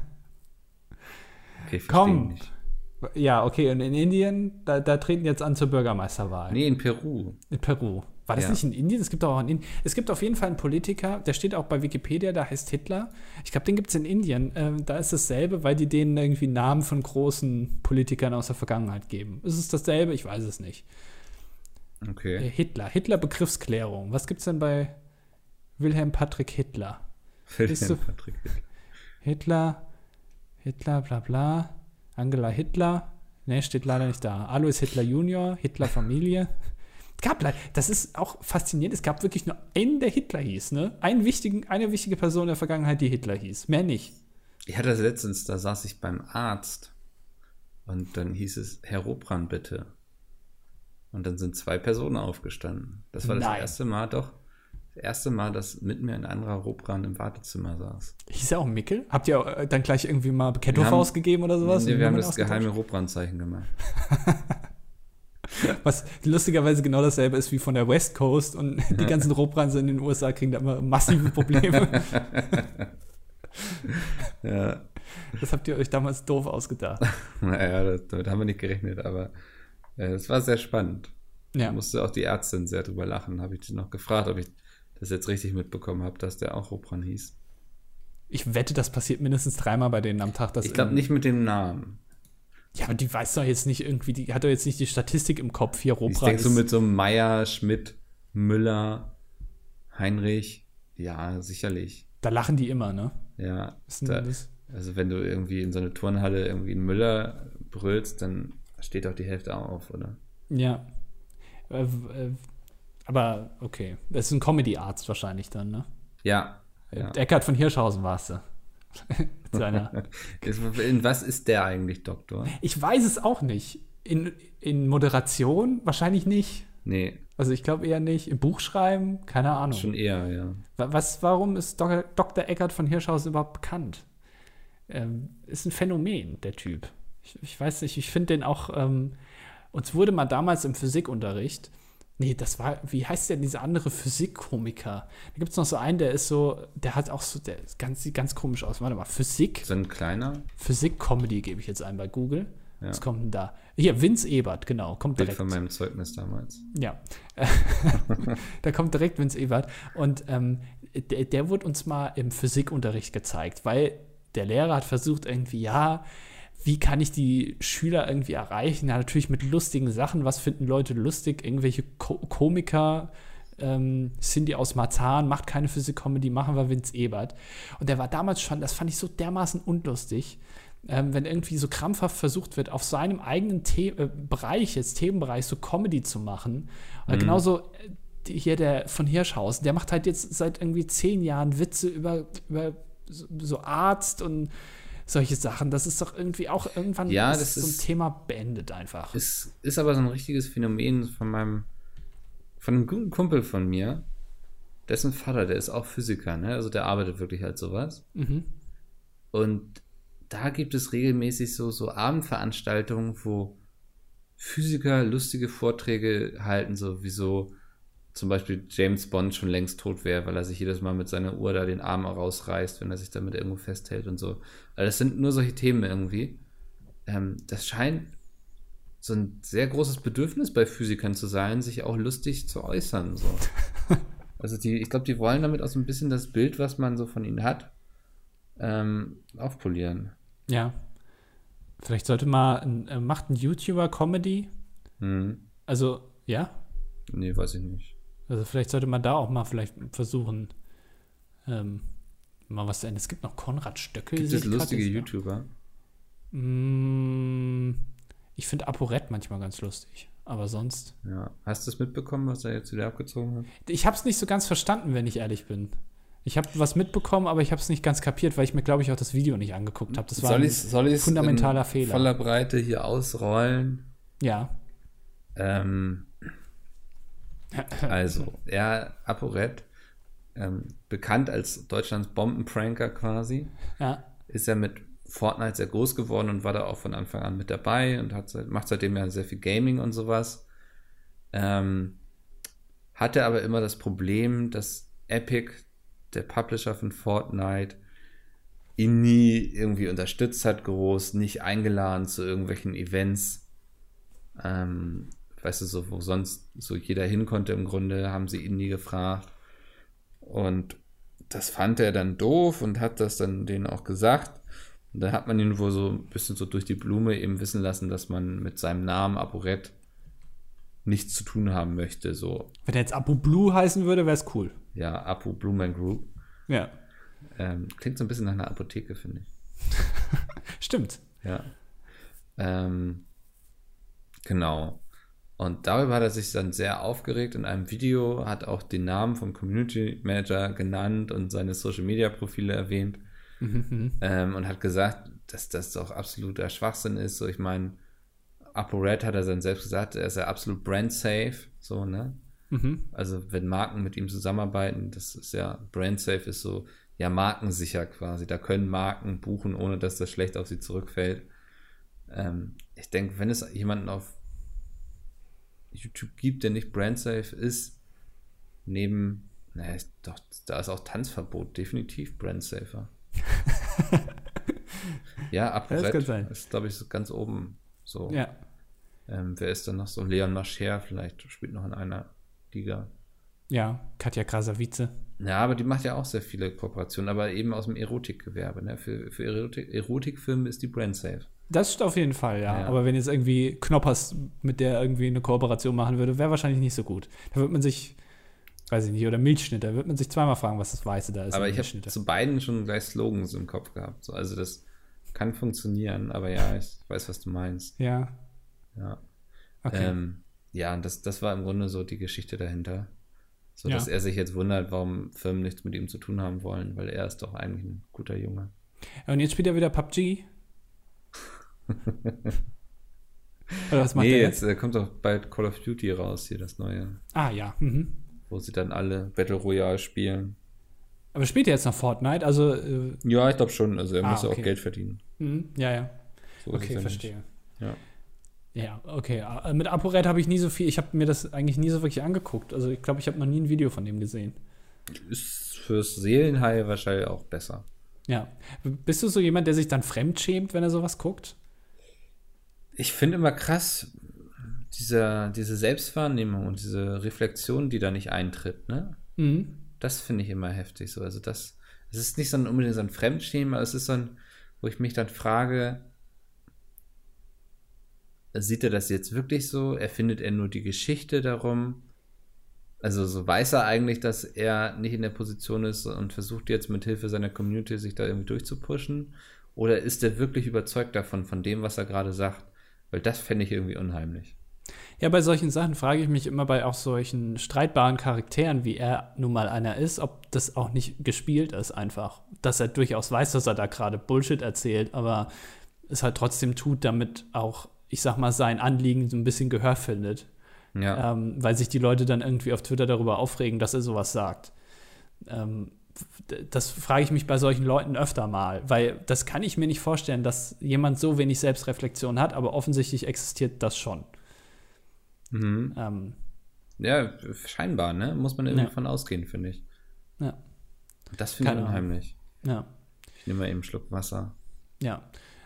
Okay, ich verstehe ihn Komm. nicht. Ja, okay, und in Indien, da treten jetzt an zur Bürgermeisterwahl. Nee, in Peru. In Peru. War das nicht in Indien? Es gibt doch auch in Indien. Es gibt auf jeden Fall einen Politiker, der steht auch bei Wikipedia, der heißt Hitler. Ich glaube, den gibt es in Indien. Da ist dasselbe, weil die denen irgendwie Namen von großen Politikern aus der Vergangenheit geben. Ist es dasselbe? Ich weiß es nicht. Okay. Hitler Begriffsklärung. Was gibt es denn bei Wilhelm Patrick Hitler? Patrick. Hitler, bla bla. Angela Hitler. Ne, steht leider nicht da. Alois Hitler Junior, Hitler Familie. Das ist auch faszinierend. Es gab wirklich nur einen, der Hitler hieß, ne? Eine wichtige Person in der Vergangenheit, die Hitler hieß. Mehr nicht. Ich hatte das letztens, da saß ich beim Arzt und dann hieß es, Herr Ropran, bitte. Und dann sind 2 Personen aufgestanden. Das war das erste Mal, dass mit mir ein anderer Ropran im Wartezimmer saß. Hieß er auch Mickel? Habt ihr dann gleich irgendwie mal Bekennthof ausgegeben oder sowas? Nee, wir haben das geheime Ropran-Zeichen gemacht. Was lustigerweise genau dasselbe ist wie von der West Coast und die ganzen Robrans in den USA kriegen da immer massive Probleme. Ja. Das habt ihr euch damals doof ausgedacht. Naja, damit haben wir nicht gerechnet, aber es war sehr spannend. Ja. Da musste auch die Ärztin sehr drüber lachen. Habe ich sie noch gefragt, ob ich das jetzt richtig mitbekommen habe, dass der auch Ropran hieß. Ich wette, das passiert mindestens 3-mal bei denen am Tag. Ich glaube nicht mit dem Namen. Ja, aber die weiß doch jetzt nicht irgendwie, die hat doch jetzt nicht die Statistik im Kopf hier. Ich denke so mit so Meier, Schmidt, Müller, Heinrich. Ja, sicherlich. Da lachen die immer, ne? Ja. Also wenn du irgendwie in so eine Turnhalle irgendwie einen Müller brüllst, dann steht auch die Hälfte auf, oder? Ja. Aber okay. Das ist ein Comedy-Arzt wahrscheinlich dann, ne? Ja. Eckhard von Hirschhausen warst du. In was ist der eigentlich Doktor? Ich weiß es auch nicht. In Moderation wahrscheinlich nicht. Nee. Also ich glaube eher nicht. Im Buchschreiben, keine Ahnung. Schon eher, ja. Warum ist Dr. Eckhard von Hirschhausen überhaupt bekannt? Ist ein Phänomen, der Typ. Ich weiß nicht, ich finde den auch, uns wurde mal damals im Physikunterricht, wie heißt denn dieser andere Physikkomiker? Da gibt es noch so einen, der hat auch so, sieht ganz komisch aus. Warte mal, Physik? So ein kleiner? Physik-Comedy gebe ich jetzt ein bei Google. Ja. Was kommt denn da? Hier, Vince Ebert, genau, kommt Bild direkt. von meinem Zeugnis damals. Ja, da kommt direkt Vince Ebert. Und der wurde uns mal im Physikunterricht gezeigt, weil der Lehrer hat versucht irgendwie, wie kann ich die Schüler irgendwie erreichen? Ja, natürlich mit lustigen Sachen. Was finden Leute lustig? Irgendwelche Komiker, Cindy aus Marzahn, macht keine Physik-Comedy, machen wir Vince Ebert. Und der war damals schon, das fand ich so dermaßen unlustig, wenn irgendwie so krampfhaft versucht wird, auf seinem eigenen Themenbereich so Comedy zu machen. Und genauso hier der von Hirschhausen, der macht halt jetzt seit irgendwie 10 Jahren Witze über so Arzt und solche Sachen. Das ist doch irgendwie auch irgendwann das so ein Thema beendet einfach. Ist aber so ein richtiges Phänomen von einem guten Kumpel von mir. Dessen Vater, der ist auch Physiker, ne? Also der arbeitet wirklich halt sowas. Mhm. Und da gibt es regelmäßig so Abendveranstaltungen, wo Physiker lustige Vorträge halten, so wie so zum Beispiel James Bond schon längst tot wäre, weil er sich jedes Mal mit seiner Uhr da den Arm rausreißt, wenn er sich damit irgendwo festhält und so. Also das sind nur solche Themen irgendwie. Das scheint so ein sehr großes Bedürfnis bei Physikern zu sein, sich auch lustig zu äußern. So. Also ich glaube, die wollen damit auch so ein bisschen das Bild, was man so von ihnen hat, aufpolieren. Ja. Vielleicht sollte macht ein YouTuber Comedy? Also, ja? Nee, weiß ich nicht. Also vielleicht sollte man da auch mal vielleicht versuchen, mal was zu ändern. Es gibt noch Konrad Stöckel. Gibt es lustige YouTuber? Ich finde ApoRed manchmal ganz lustig. Aber sonst. Ja. Hast du es mitbekommen, was er jetzt wieder abgezogen hat? Ich habe es nicht so ganz verstanden, wenn ich ehrlich bin. Ich habe was mitbekommen, aber ich habe es nicht ganz kapiert, weil ich mir, glaube ich, auch das Video nicht angeguckt habe. Das war soll ein ich's fundamentaler in Fehler. voller Breite hier ausrollen? Ja. Also, ApoRed, bekannt als Deutschlands Bombenpranker quasi, Ja. ist ja mit Fortnite sehr groß geworden und war da auch von Anfang an mit dabei und macht seitdem ja sehr viel Gaming und sowas. Hatte aber immer das Problem, dass Epic, der Publisher von Fortnite, ihn nie irgendwie unterstützt hat, groß, nicht eingeladen zu irgendwelchen Events. Weißt du, so, wo sonst so jeder hin konnte im Grunde, haben sie ihn nie gefragt. Und das fand er dann doof und hat das dann denen auch gesagt. Und dann hat man ihn wohl so ein bisschen so durch die Blume eben wissen lassen, dass man mit seinem Namen ApoRed nichts zu tun haben möchte. So. Wenn er jetzt Apo Blue heißen würde, wäre es cool. Ja, Apo Blue Man Group. Ja. Klingt so ein bisschen nach einer Apotheke, finde ich. Stimmt. Ja. Genau. Und darüber hat er sich dann sehr aufgeregt in einem Video, hat auch den Namen vom Community Manager genannt und seine Social Media Profile erwähnt. Und hat gesagt, dass das doch absoluter Schwachsinn ist. So, ich meine, ApoRed hat er dann selbst gesagt, er ist ja absolut brand safe, so, ne? Also, wenn Marken mit ihm zusammenarbeiten, das ist ja, brand safe ist so, ja, markensicher quasi. Da können Marken buchen, ohne dass das schlecht auf sie zurückfällt. Ich denke, wenn es jemanden auf YouTube gibt, der nicht brand safe ist, doch, da ist auch Tanzverbot definitiv brand safer. Ja, ApoRed ist, glaube ich, so ganz oben. So. Ja. Wer ist dann noch so? Leon Mascher vielleicht spielt noch in einer Liga. Ja, Katja Krasavice. Ja, aber die macht ja auch sehr viele Kooperationen, aber eben aus dem Erotikgewerbe. Ne? Für Erotikfilme ist die brand safe. Das ist auf jeden Fall, ja. Ja. Aber wenn jetzt irgendwie Knoppers mit der irgendwie eine Kooperation machen würde, wäre wahrscheinlich nicht so gut. Da wird man sich, weiß ich nicht, oder Milchschnitt, da wird man sich zweimal fragen, was das Weiße da ist. Aber ich habe zu beiden schon gleich Slogans im Kopf gehabt. So, also das kann funktionieren, aber ja, ich weiß, was du meinst. Ja. Ja. Okay. Ja, und das war im Grunde so die Geschichte dahinter. So, Ja. dass er sich jetzt wundert, warum Firmen nichts mit ihm zu tun haben wollen, weil er ist doch eigentlich ein guter Junge. Und jetzt spielt er wieder PUBG? Oder was macht Nee, er jetzt kommt doch bald Call of Duty raus, hier das neue. Ah, ja. Wo sie dann alle Battle Royale spielen. Aber spielt er jetzt noch Fortnite? Also, Ja, ich glaube schon. Also er muss ja okay. auch Geld verdienen. Ja, ja. So ist es Okay, ja verstehe. nicht. Ja. Ja, okay. Mit ApoRed habe ich nie so viel, ich habe mir das eigentlich nie so wirklich angeguckt. Also ich glaube, ich habe noch nie ein Video von dem gesehen. Ist fürs Seelenheil wahrscheinlich auch besser. Ja. Bist du so jemand, der sich dann fremdschämt, wenn er sowas guckt? Ich finde immer krass, diese Selbstwahrnehmung und diese Reflexion, die da nicht eintritt, ne? Das finde ich immer heftig. So. Also es ist nicht so unbedingt so ein Fremdschämen, aber es ist so ein, wo ich mich dann frage, sieht er das jetzt wirklich so? Erfindet er nur die Geschichte darum? Also so weiß er eigentlich, dass er nicht in der Position ist und versucht jetzt mit Hilfe seiner Community sich da irgendwie durchzupushen? Oder ist er wirklich überzeugt davon, von dem, was er gerade sagt? Weil das fände ich irgendwie unheimlich. Ja, bei solchen Sachen frage ich mich immer bei auch solchen streitbaren Charakteren, wie er nun mal einer ist, ob das auch nicht gespielt ist einfach. Dass er durchaus weiß, dass er da gerade Bullshit erzählt, aber es halt trotzdem tut, damit auch, ich sag mal, sein Anliegen so ein bisschen Gehör findet. Ja. Weil sich die Leute dann irgendwie auf Twitter darüber aufregen, dass er sowas sagt. Das frage ich mich bei solchen Leuten öfter mal, weil das kann ich mir nicht vorstellen, dass jemand so wenig Selbstreflexion hat, aber offensichtlich existiert das schon. Ja, scheinbar, ne? Muss man irgendwie davon ausgehen, finde ich. Ja. Das finde ich unheimlich. Ja. Ich nehme mal eben einen Schluck Wasser. Ja.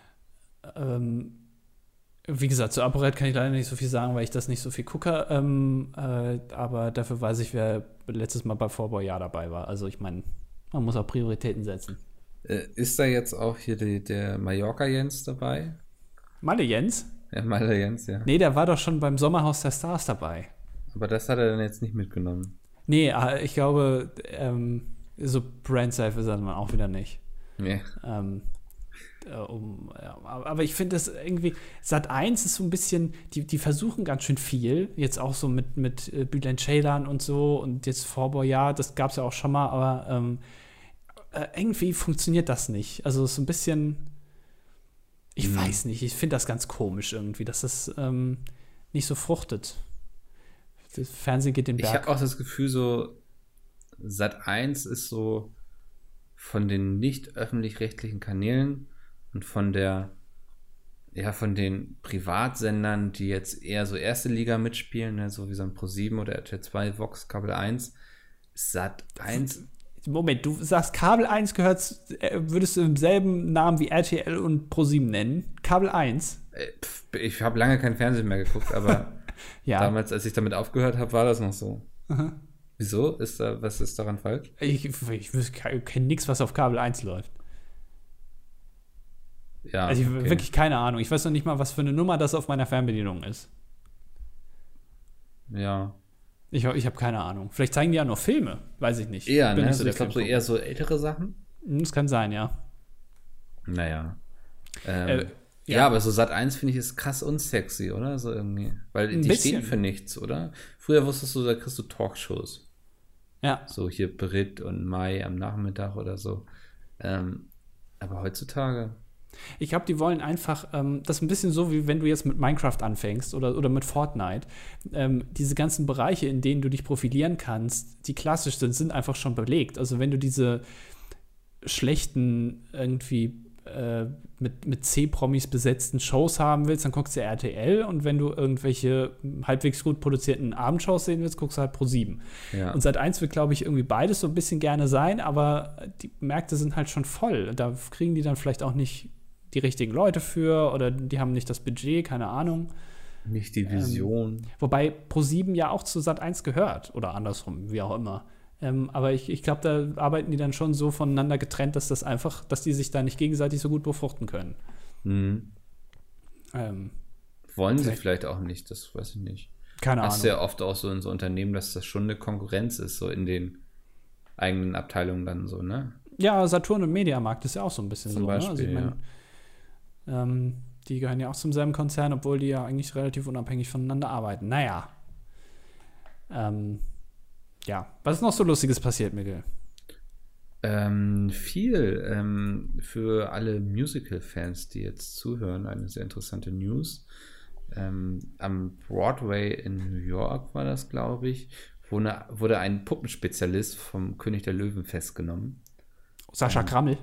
Wie gesagt, zu ApoRed kann ich leider nicht so viel sagen, weil ich das nicht so viel gucke. Aber dafür weiß ich, wer letztes Mal bei Vorboy dabei war. Also ich meine, man muss auch Prioritäten setzen. Ist da jetzt auch hier der Mallorca-Jens dabei? Malle Jens? Ja, Malle Jens, ja. Nee, der war doch schon beim Sommerhaus der Stars dabei. Aber das hat er dann jetzt nicht mitgenommen. Nee, ich glaube, so brand safe ist er dann auch wieder nicht. Nee. Aber ich finde das irgendwie, Sat.1 ist so ein bisschen, die versuchen ganz schön viel, jetzt auch so mit Bülent Ceylan und so und jetzt Vorboyard, das gab es ja auch schon mal, aber irgendwie funktioniert das nicht. Also es ist so ein bisschen, ich weiß nicht, ich finde das ganz komisch irgendwie, dass das nicht so fruchtet. Das Fernsehen geht den Berg. Ich habe auch das Gefühl, so Sat.1 ist so von den nicht öffentlich-rechtlichen Kanälen und von den Privatsendern, die jetzt eher so erste Liga mitspielen, ne, so wie so ein ProSieben oder RTL 2, Vox, Kabel 1, Sat.1. Moment, du sagst, Kabel 1 würdest du im selben Namen wie RTL und ProSieben nennen? Kabel 1? Ich habe lange kein Fernsehen mehr geguckt, aber ja. Damals, als ich damit aufgehört habe, war das noch so. Aha. Wieso? Was ist daran falsch? Ich kenne nichts, was auf Kabel 1 läuft. Ja, also okay. Wirklich keine Ahnung. Ich weiß noch nicht mal, was für eine Nummer das auf meiner Fernbedienung ist. Ja. Ich habe keine Ahnung. Vielleicht zeigen die ja nur Filme. Weiß ich nicht. Eher, ne? Nicht So, ich glaube, so eher so ältere Sachen. Das kann sein, ja. Naja. Ja, aber so Sat.1 finde ich ist krass unsexy, oder? So irgendwie. Weil die stehen für nichts, oder? Früher wusstest du, da kriegst du Talkshows. Ja. So hier Brit und Mai am Nachmittag oder so. Aber heutzutage. Ich glaube, die wollen einfach, das ist ein bisschen so, wie wenn du jetzt mit Minecraft anfängst oder mit Fortnite. Diese ganzen Bereiche, in denen du dich profilieren kannst, die klassisch sind einfach schon belegt. Also wenn du diese schlechten irgendwie mit C-Promis besetzten Shows haben willst, dann guckst du RTL, und wenn du irgendwelche halbwegs gut produzierten Abendshows sehen willst, guckst du halt ProSieben. Ja. Und Sat.1 will, glaube ich, irgendwie beides so ein bisschen gerne sein, aber die Märkte sind halt schon voll. Da kriegen die dann vielleicht auch nicht die richtigen Leute für, oder die haben nicht das Budget, keine Ahnung. Nicht die Vision. Wobei ProSieben ja auch zu Sat.1 gehört, oder andersrum, wie auch immer. Aber ich glaube, da arbeiten die dann schon so voneinander getrennt, dass die sich da nicht gegenseitig so gut befruchten können. Mhm. Wollen sie vielleicht auch nicht, das weiß ich nicht. Keine Ahnung. Hast du ja oft auch so in so Unternehmen, dass das schon eine Konkurrenz ist, so in den eigenen Abteilungen dann so, ne? Ja, Saturn und Mediamarkt ist ja auch so ein bisschen Zum so. Beispiel, ne? Also ich mein, die gehören ja auch zum selben Konzern, obwohl die ja eigentlich relativ unabhängig voneinander arbeiten. Naja. Ja, was ist noch so Lustiges passiert, Miguel? Viel. Für alle Musical-Fans, die jetzt zuhören, eine sehr interessante News. Am Broadway in New York war das, glaube ich, wurde ein Puppenspezialist vom König der Löwen festgenommen. Sascha Krammel?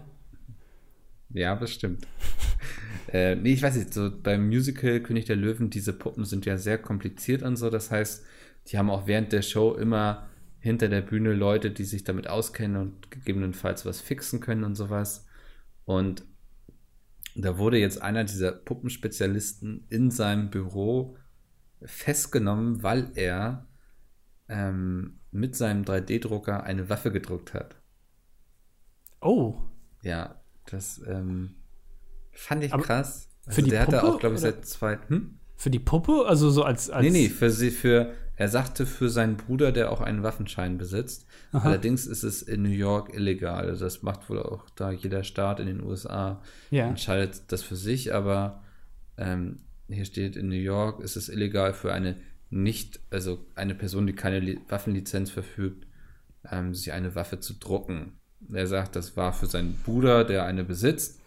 Ja, bestimmt. Nee, ich weiß nicht, so beim Musical König der Löwen, diese Puppen sind ja sehr kompliziert und so, das heißt, die haben auch während der Show immer hinter der Bühne Leute, die sich damit auskennen und gegebenenfalls was fixen können und sowas. Und da wurde jetzt einer dieser Puppenspezialisten in seinem Büro festgenommen, weil er mit seinem 3D-Drucker eine Waffe gedruckt hat. Oh. Ja, das fand ich krass. Also für die der Puppe, hatte auch, glaube ich, oder? seit zwei. Für die Puppe? Also so als Nee, er sagte für seinen Bruder, der auch einen Waffenschein besitzt. Aha. Allerdings ist es in New York illegal. Also das macht wohl auch da jeder Staat in den USA, entscheidet das für sich. Aber hier steht, in New York ist es illegal für eine Person, die keine Waffenlizenz verfügt, sich eine Waffe zu drucken. Er sagt, das war für seinen Bruder, der eine besitzt.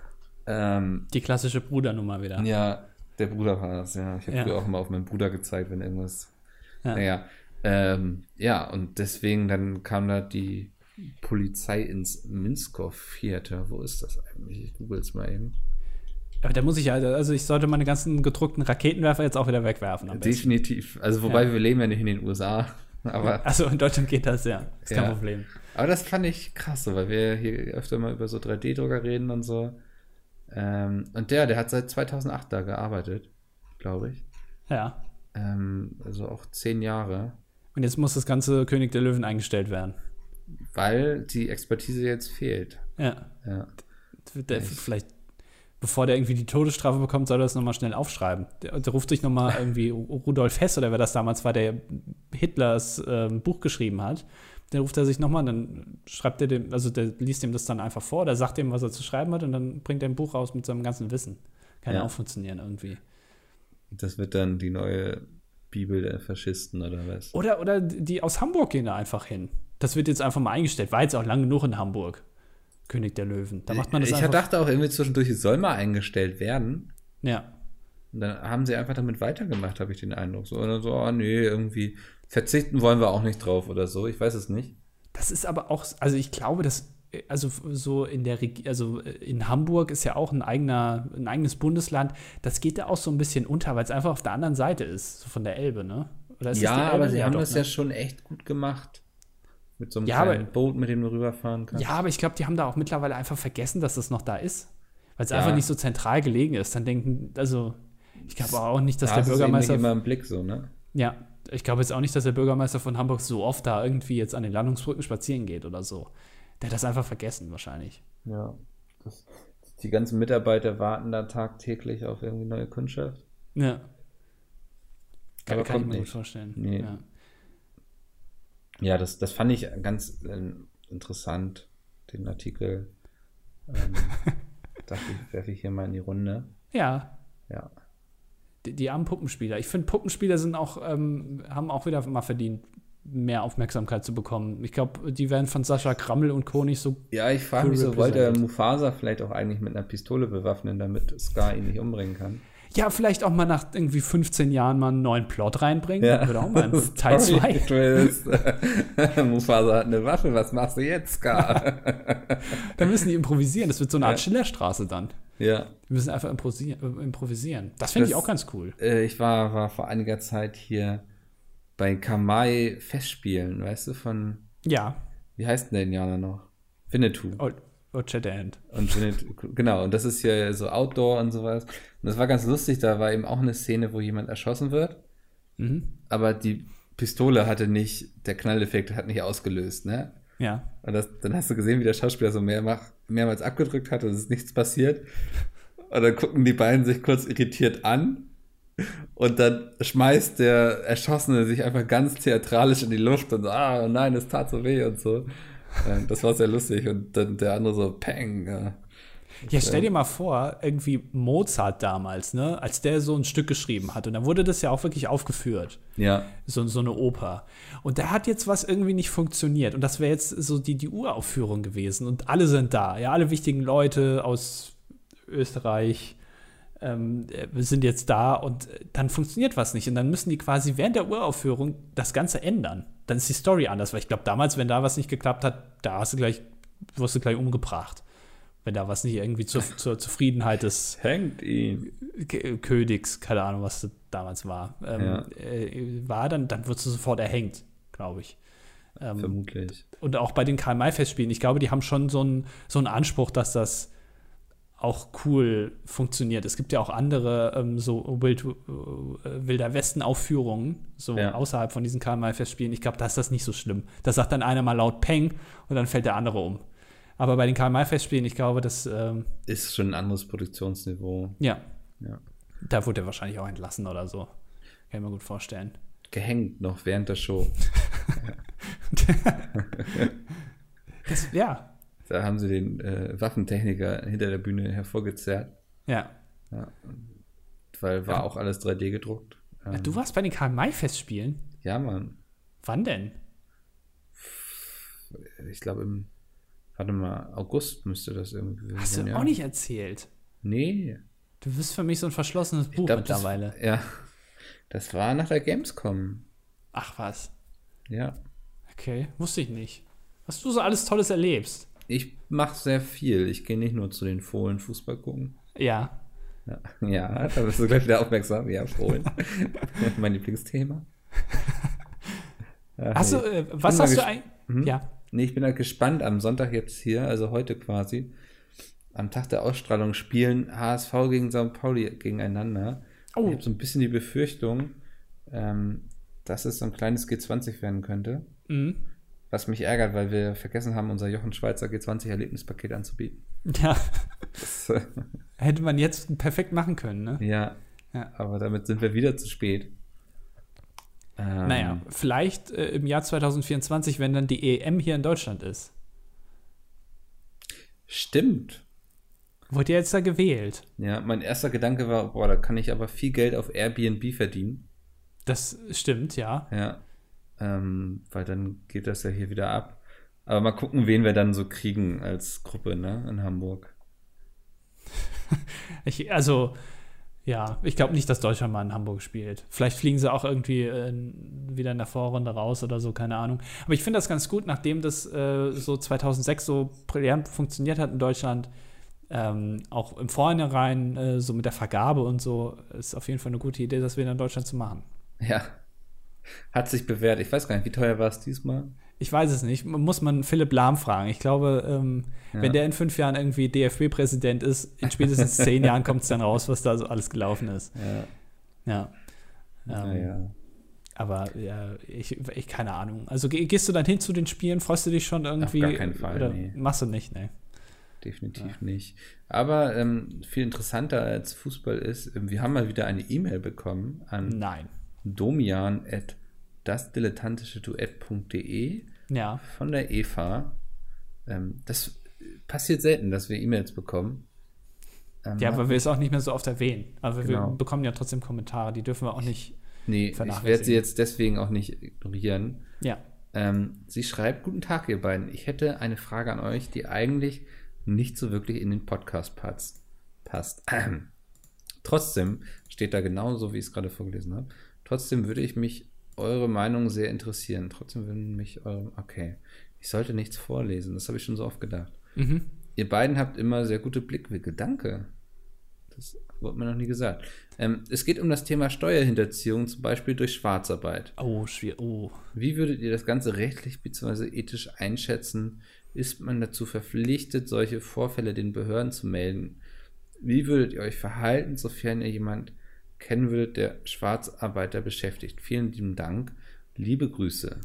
Die klassische Brudernummer wieder. Ja, der Bruder war das, ja. Ich habe früher auch mal auf meinen Bruder gezeigt, wenn irgendwas. Ja. Naja, und deswegen dann kam da die Polizei ins Minskoff Theater. Wo ist das eigentlich? Ich google es mal eben. Aber da muss ich ich sollte meine ganzen gedruckten Raketenwerfer jetzt auch wieder wegwerfen. Definitiv. Also, wobei wir leben ja nicht in den USA. Aber also in Deutschland geht das, ja. Ist kein Problem. Aber das fand ich krass, so, weil wir hier öfter mal über so 3D-Drucker reden und so. Und der hat seit 2008 da gearbeitet, glaube ich. Ja. Also auch 10 Jahre. Und jetzt muss das ganze König der Löwen eingestellt werden. Weil die Expertise jetzt fehlt. Ja. Vielleicht, bevor der irgendwie die Todesstrafe bekommt, soll er das nochmal schnell aufschreiben. Der ruft sich nochmal irgendwie Rudolf Hess oder wer das damals war, der Hitlers Buch geschrieben hat. Dann ruft er sich nochmal, dann schreibt er dem, also der liest ihm das dann einfach vor, der sagt ihm, was er zu schreiben hat und dann bringt er ein Buch raus mit seinem ganzen Wissen. Kann ja auch funktionieren irgendwie. Das wird dann die neue Bibel der Faschisten oder was? Oder die aus Hamburg gehen da einfach hin. Das wird jetzt einfach mal eingestellt. War jetzt auch lang genug in Hamburg. König der Löwen. Da macht man das einfach. Ich dachte auch irgendwie zwischendurch, es soll mal eingestellt werden. Ja. Und dann haben sie einfach damit weitergemacht, habe ich den Eindruck. So, oder so, oh nee, irgendwie verzichten wollen wir auch nicht drauf oder so. Ich weiß es nicht. Das ist aber auch, also ich glaube, dass, also so in der also in Hamburg ist ja auch ein eigenes Bundesland. Das geht da auch so ein bisschen unter, weil es einfach auf der anderen Seite ist, so von der Elbe, ne? Oder ist ja, das die Elbe? Aber sie haben doch, das ne? ja schon echt gut gemacht. Mit so einem kleinen Boot, mit dem du rüberfahren kannst. Ja, aber ich glaube, die haben da auch mittlerweile einfach vergessen, dass das noch da ist. Weil es einfach nicht so zentral gelegen ist. Dann denken, also ich glaube auch nicht, dass der Bürgermeister. Das ist immer im Blick so, ne? Ja, ich glaube jetzt auch nicht, dass der Bürgermeister von Hamburg so oft da irgendwie jetzt an den Landungsbrücken spazieren geht oder so. Der hat das einfach vergessen wahrscheinlich. Ja, die ganzen Mitarbeiter warten da tagtäglich auf irgendwie neue Kundschaft. Ja. Aber kann ich mir nicht. gut vorstellen. Nee. Ja, das fand ich ganz interessant, den Artikel. Dachte ich, werfe ich hier mal in die Runde. Ja. Ja. Die armen Puppenspieler. Ich finde, Puppenspieler sind auch, haben auch wieder mal verdient, mehr Aufmerksamkeit zu bekommen. Ich glaube, die werden von Sascha Krammel und Co. nicht so. Ja, ich frage mich so, wollte er Mufasa vielleicht auch eigentlich mit einer Pistole bewaffnen, damit Scar ihn nicht umbringen kann? Ja, vielleicht auch mal nach irgendwie 15 Jahren mal einen neuen Plot reinbringen. Ja. Würde auch mal in Teil 2. Mufasa hat eine Waffe, was machst du jetzt, Scar? Da müssen die improvisieren. Das wird so eine Art Schillerstraße dann. Ja. Wir müssen einfach improvisieren. Das finde ich auch ganz cool. Ich war vor einiger Zeit hier bei Kamai Festspielen, weißt du, von. Ja. Wie heißt denn der Indianer noch? Winnetou. Old Shatterhand. Und genau, und das ist ja so Outdoor und sowas. Und das war ganz lustig, da war eben auch eine Szene, wo jemand erschossen wird. Mhm. Aber die Pistole der Knalleffekt hat nicht ausgelöst, ne? Ja. Und dann hast du gesehen, wie der Schauspieler so mehrmals abgedrückt hat und es ist nichts passiert. Und dann gucken die beiden sich kurz irritiert an. Und dann schmeißt der Erschossene sich einfach ganz theatralisch in die Luft und so, nein, es tat so weh und so. Das war sehr lustig. Und dann der andere so, peng. Ja, stell dir mal vor, irgendwie Mozart damals, ne, als der so ein Stück geschrieben hat. Und dann wurde das ja auch wirklich aufgeführt. Ja. So eine Oper. Und da hat jetzt was irgendwie nicht funktioniert. Und das wäre jetzt so die Uraufführung gewesen. Und alle sind da. Ja, alle wichtigen Leute aus Österreich sind jetzt da. Und dann funktioniert was nicht. Und dann müssen die quasi während der Uraufführung das Ganze ändern. Dann ist die Story anders. Weil ich glaube, damals, wenn da was nicht geklappt hat, wirst du gleich umgebracht. Wenn da was nicht irgendwie zur Zufriedenheit des hängt ihn. Königs, keine Ahnung, was das damals war, dann wirst du sofort erhängt, glaube ich. Vermutlich. Und auch bei den Karl-May-Festspielen, ich glaube, die haben schon so einen Anspruch, dass das auch cool funktioniert. Es gibt ja auch andere so Wilder Westen-Aufführungen, außerhalb von diesen Karl-May-Festspielen. Ich glaube, da ist das nicht so schlimm. Da sagt dann einer mal laut Peng und dann fällt der andere um. Aber bei den Karl-May-Festspielen, ich glaube, das ist schon ein anderes Produktionsniveau. Ja. Da wurde er wahrscheinlich auch entlassen oder so. Kann ich mir gut vorstellen. Gehängt noch während der Show. Ja. Da haben sie den Waffentechniker hinter der Bühne hervorgezerrt. Ja. Weil war auch alles 3D gedruckt. Du warst bei den Karl-May-Festspielen? Ja, Mann. Wann denn? Ich glaube warte mal, August müsste das irgendwie sein. Hast du auch nicht erzählt? Nee. Du bist für mich so ein verschlossenes Buch mittlerweile. Das war nach der Gamescom. Ach was. Ja. Okay, wusste ich nicht. Was du so alles Tolles erlebst. Ich mache sehr viel. Ich gehe nicht nur zu den Fohlen Fußball gucken. Ja. Ja, da bist du gleich wieder aufmerksam. Ja, Fohlen. Mein Lieblingsthema. Was hast du eigentlich? Ja. Nee, ich bin halt gespannt. Am Sonntag jetzt hier, also heute quasi, am Tag der Ausstrahlung spielen HSV gegen St. Pauli gegeneinander. Ich habe so ein bisschen die Befürchtung, dass es so ein kleines G20 werden könnte. Mhm. Was mich ärgert, weil wir vergessen haben, unser Jochen Schweizer G20-Erlebnispaket anzubieten. Ja. Hätte man jetzt perfekt machen können, ne? Ja. Aber damit sind wir wieder zu spät. Naja, vielleicht im Jahr 2024, wenn dann die EM hier in Deutschland ist. Stimmt. Wurde jetzt da gewählt. Ja, mein erster Gedanke war, boah, da kann ich aber viel Geld auf Airbnb verdienen. Das stimmt, ja. Ja, weil dann geht das ja hier wieder ab. Aber mal gucken, wen wir dann so kriegen als Gruppe, ne, in Hamburg. Ich glaube nicht, dass Deutschland mal in Hamburg spielt. Vielleicht fliegen sie auch irgendwie wieder in der Vorrunde raus oder so, keine Ahnung. Aber ich finde das ganz gut, nachdem das so 2006 so brillant funktioniert hat in Deutschland, auch im Vorhinein so mit der Vergabe und so, ist auf jeden Fall eine gute Idee, das wieder in Deutschland zu machen. Ja, hat sich bewährt. Ich weiß gar nicht, wie teuer war es diesmal? Ich weiß es nicht. Muss man Philipp Lahm fragen. Ich glaube, wenn der in 5 Jahren irgendwie DFB-Präsident ist, in spätestens 10 Jahren kommt es dann raus, was da so alles gelaufen ist. Ja. Ja. Aber ja, ich keine Ahnung. Also gehst du dann hin zu den Spielen? Freust du dich schon irgendwie? Auf gar keinen Fall, oder nee. Machst du nicht, ne? Definitiv nicht. Aber viel interessanter als Fußball ist, wir haben mal wieder eine E-Mail bekommen an domian@dasdilettantischeduett.de von der Eva. Das passiert selten, dass wir E-Mails bekommen. Ja, weil wir es auch nicht mehr so oft erwähnen. Aber Genau. wir bekommen ja trotzdem Kommentare, die dürfen wir auch nicht vernachlässigen. Ich werde sie jetzt deswegen auch nicht ignorieren. Ja. Sie schreibt, guten Tag, ihr beiden. Ich hätte eine Frage an euch, die eigentlich nicht so wirklich in den Podcast passt. Trotzdem, steht da genauso, wie ich es gerade vorgelesen habe, trotzdem würde ich mich eure Meinung sehr interessieren. Okay, ich sollte nichts vorlesen, das habe ich schon so oft gedacht. Ihr beiden habt immer sehr gute Blickwinkel. Danke. Das wurde mir noch nie gesagt. Es geht um das Thema Steuerhinterziehung, zum Beispiel durch Schwarzarbeit. Oh, schwierig. Oh. Wie würdet ihr das Ganze rechtlich bzw. ethisch einschätzen? Ist man dazu verpflichtet, solche Vorfälle den Behörden zu melden? Wie würdet ihr euch verhalten, sofern ihr jemand kennen würdet, der Schwarzarbeiter beschäftigt? Vielen lieben Dank. Liebe Grüße.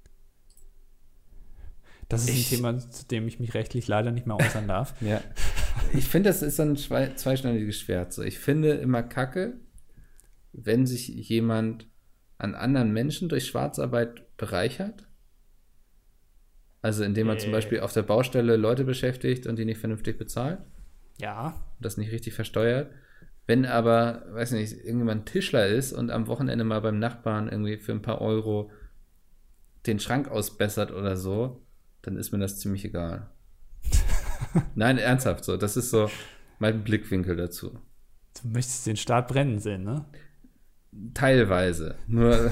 Das ist ein Thema, zu dem ich mich rechtlich leider nicht mehr äußern darf. Ja. Ich finde, das ist so ein zweischneidiges Schwert. So, ich finde immer Kacke, wenn sich jemand an anderen Menschen durch Schwarzarbeit bereichert. Also indem man zum Beispiel auf der Baustelle Leute beschäftigt und die nicht vernünftig bezahlt. Ja. Das nicht richtig versteuert. Wenn aber, weiß nicht, irgendjemand Tischler ist und am Wochenende mal beim Nachbarn irgendwie für ein paar Euro den Schrank ausbessert oder so, dann ist mir das ziemlich egal. Nein, ernsthaft so. Das ist so mein Blickwinkel dazu. Du möchtest den Staat brennen sehen, ne? Teilweise. Nur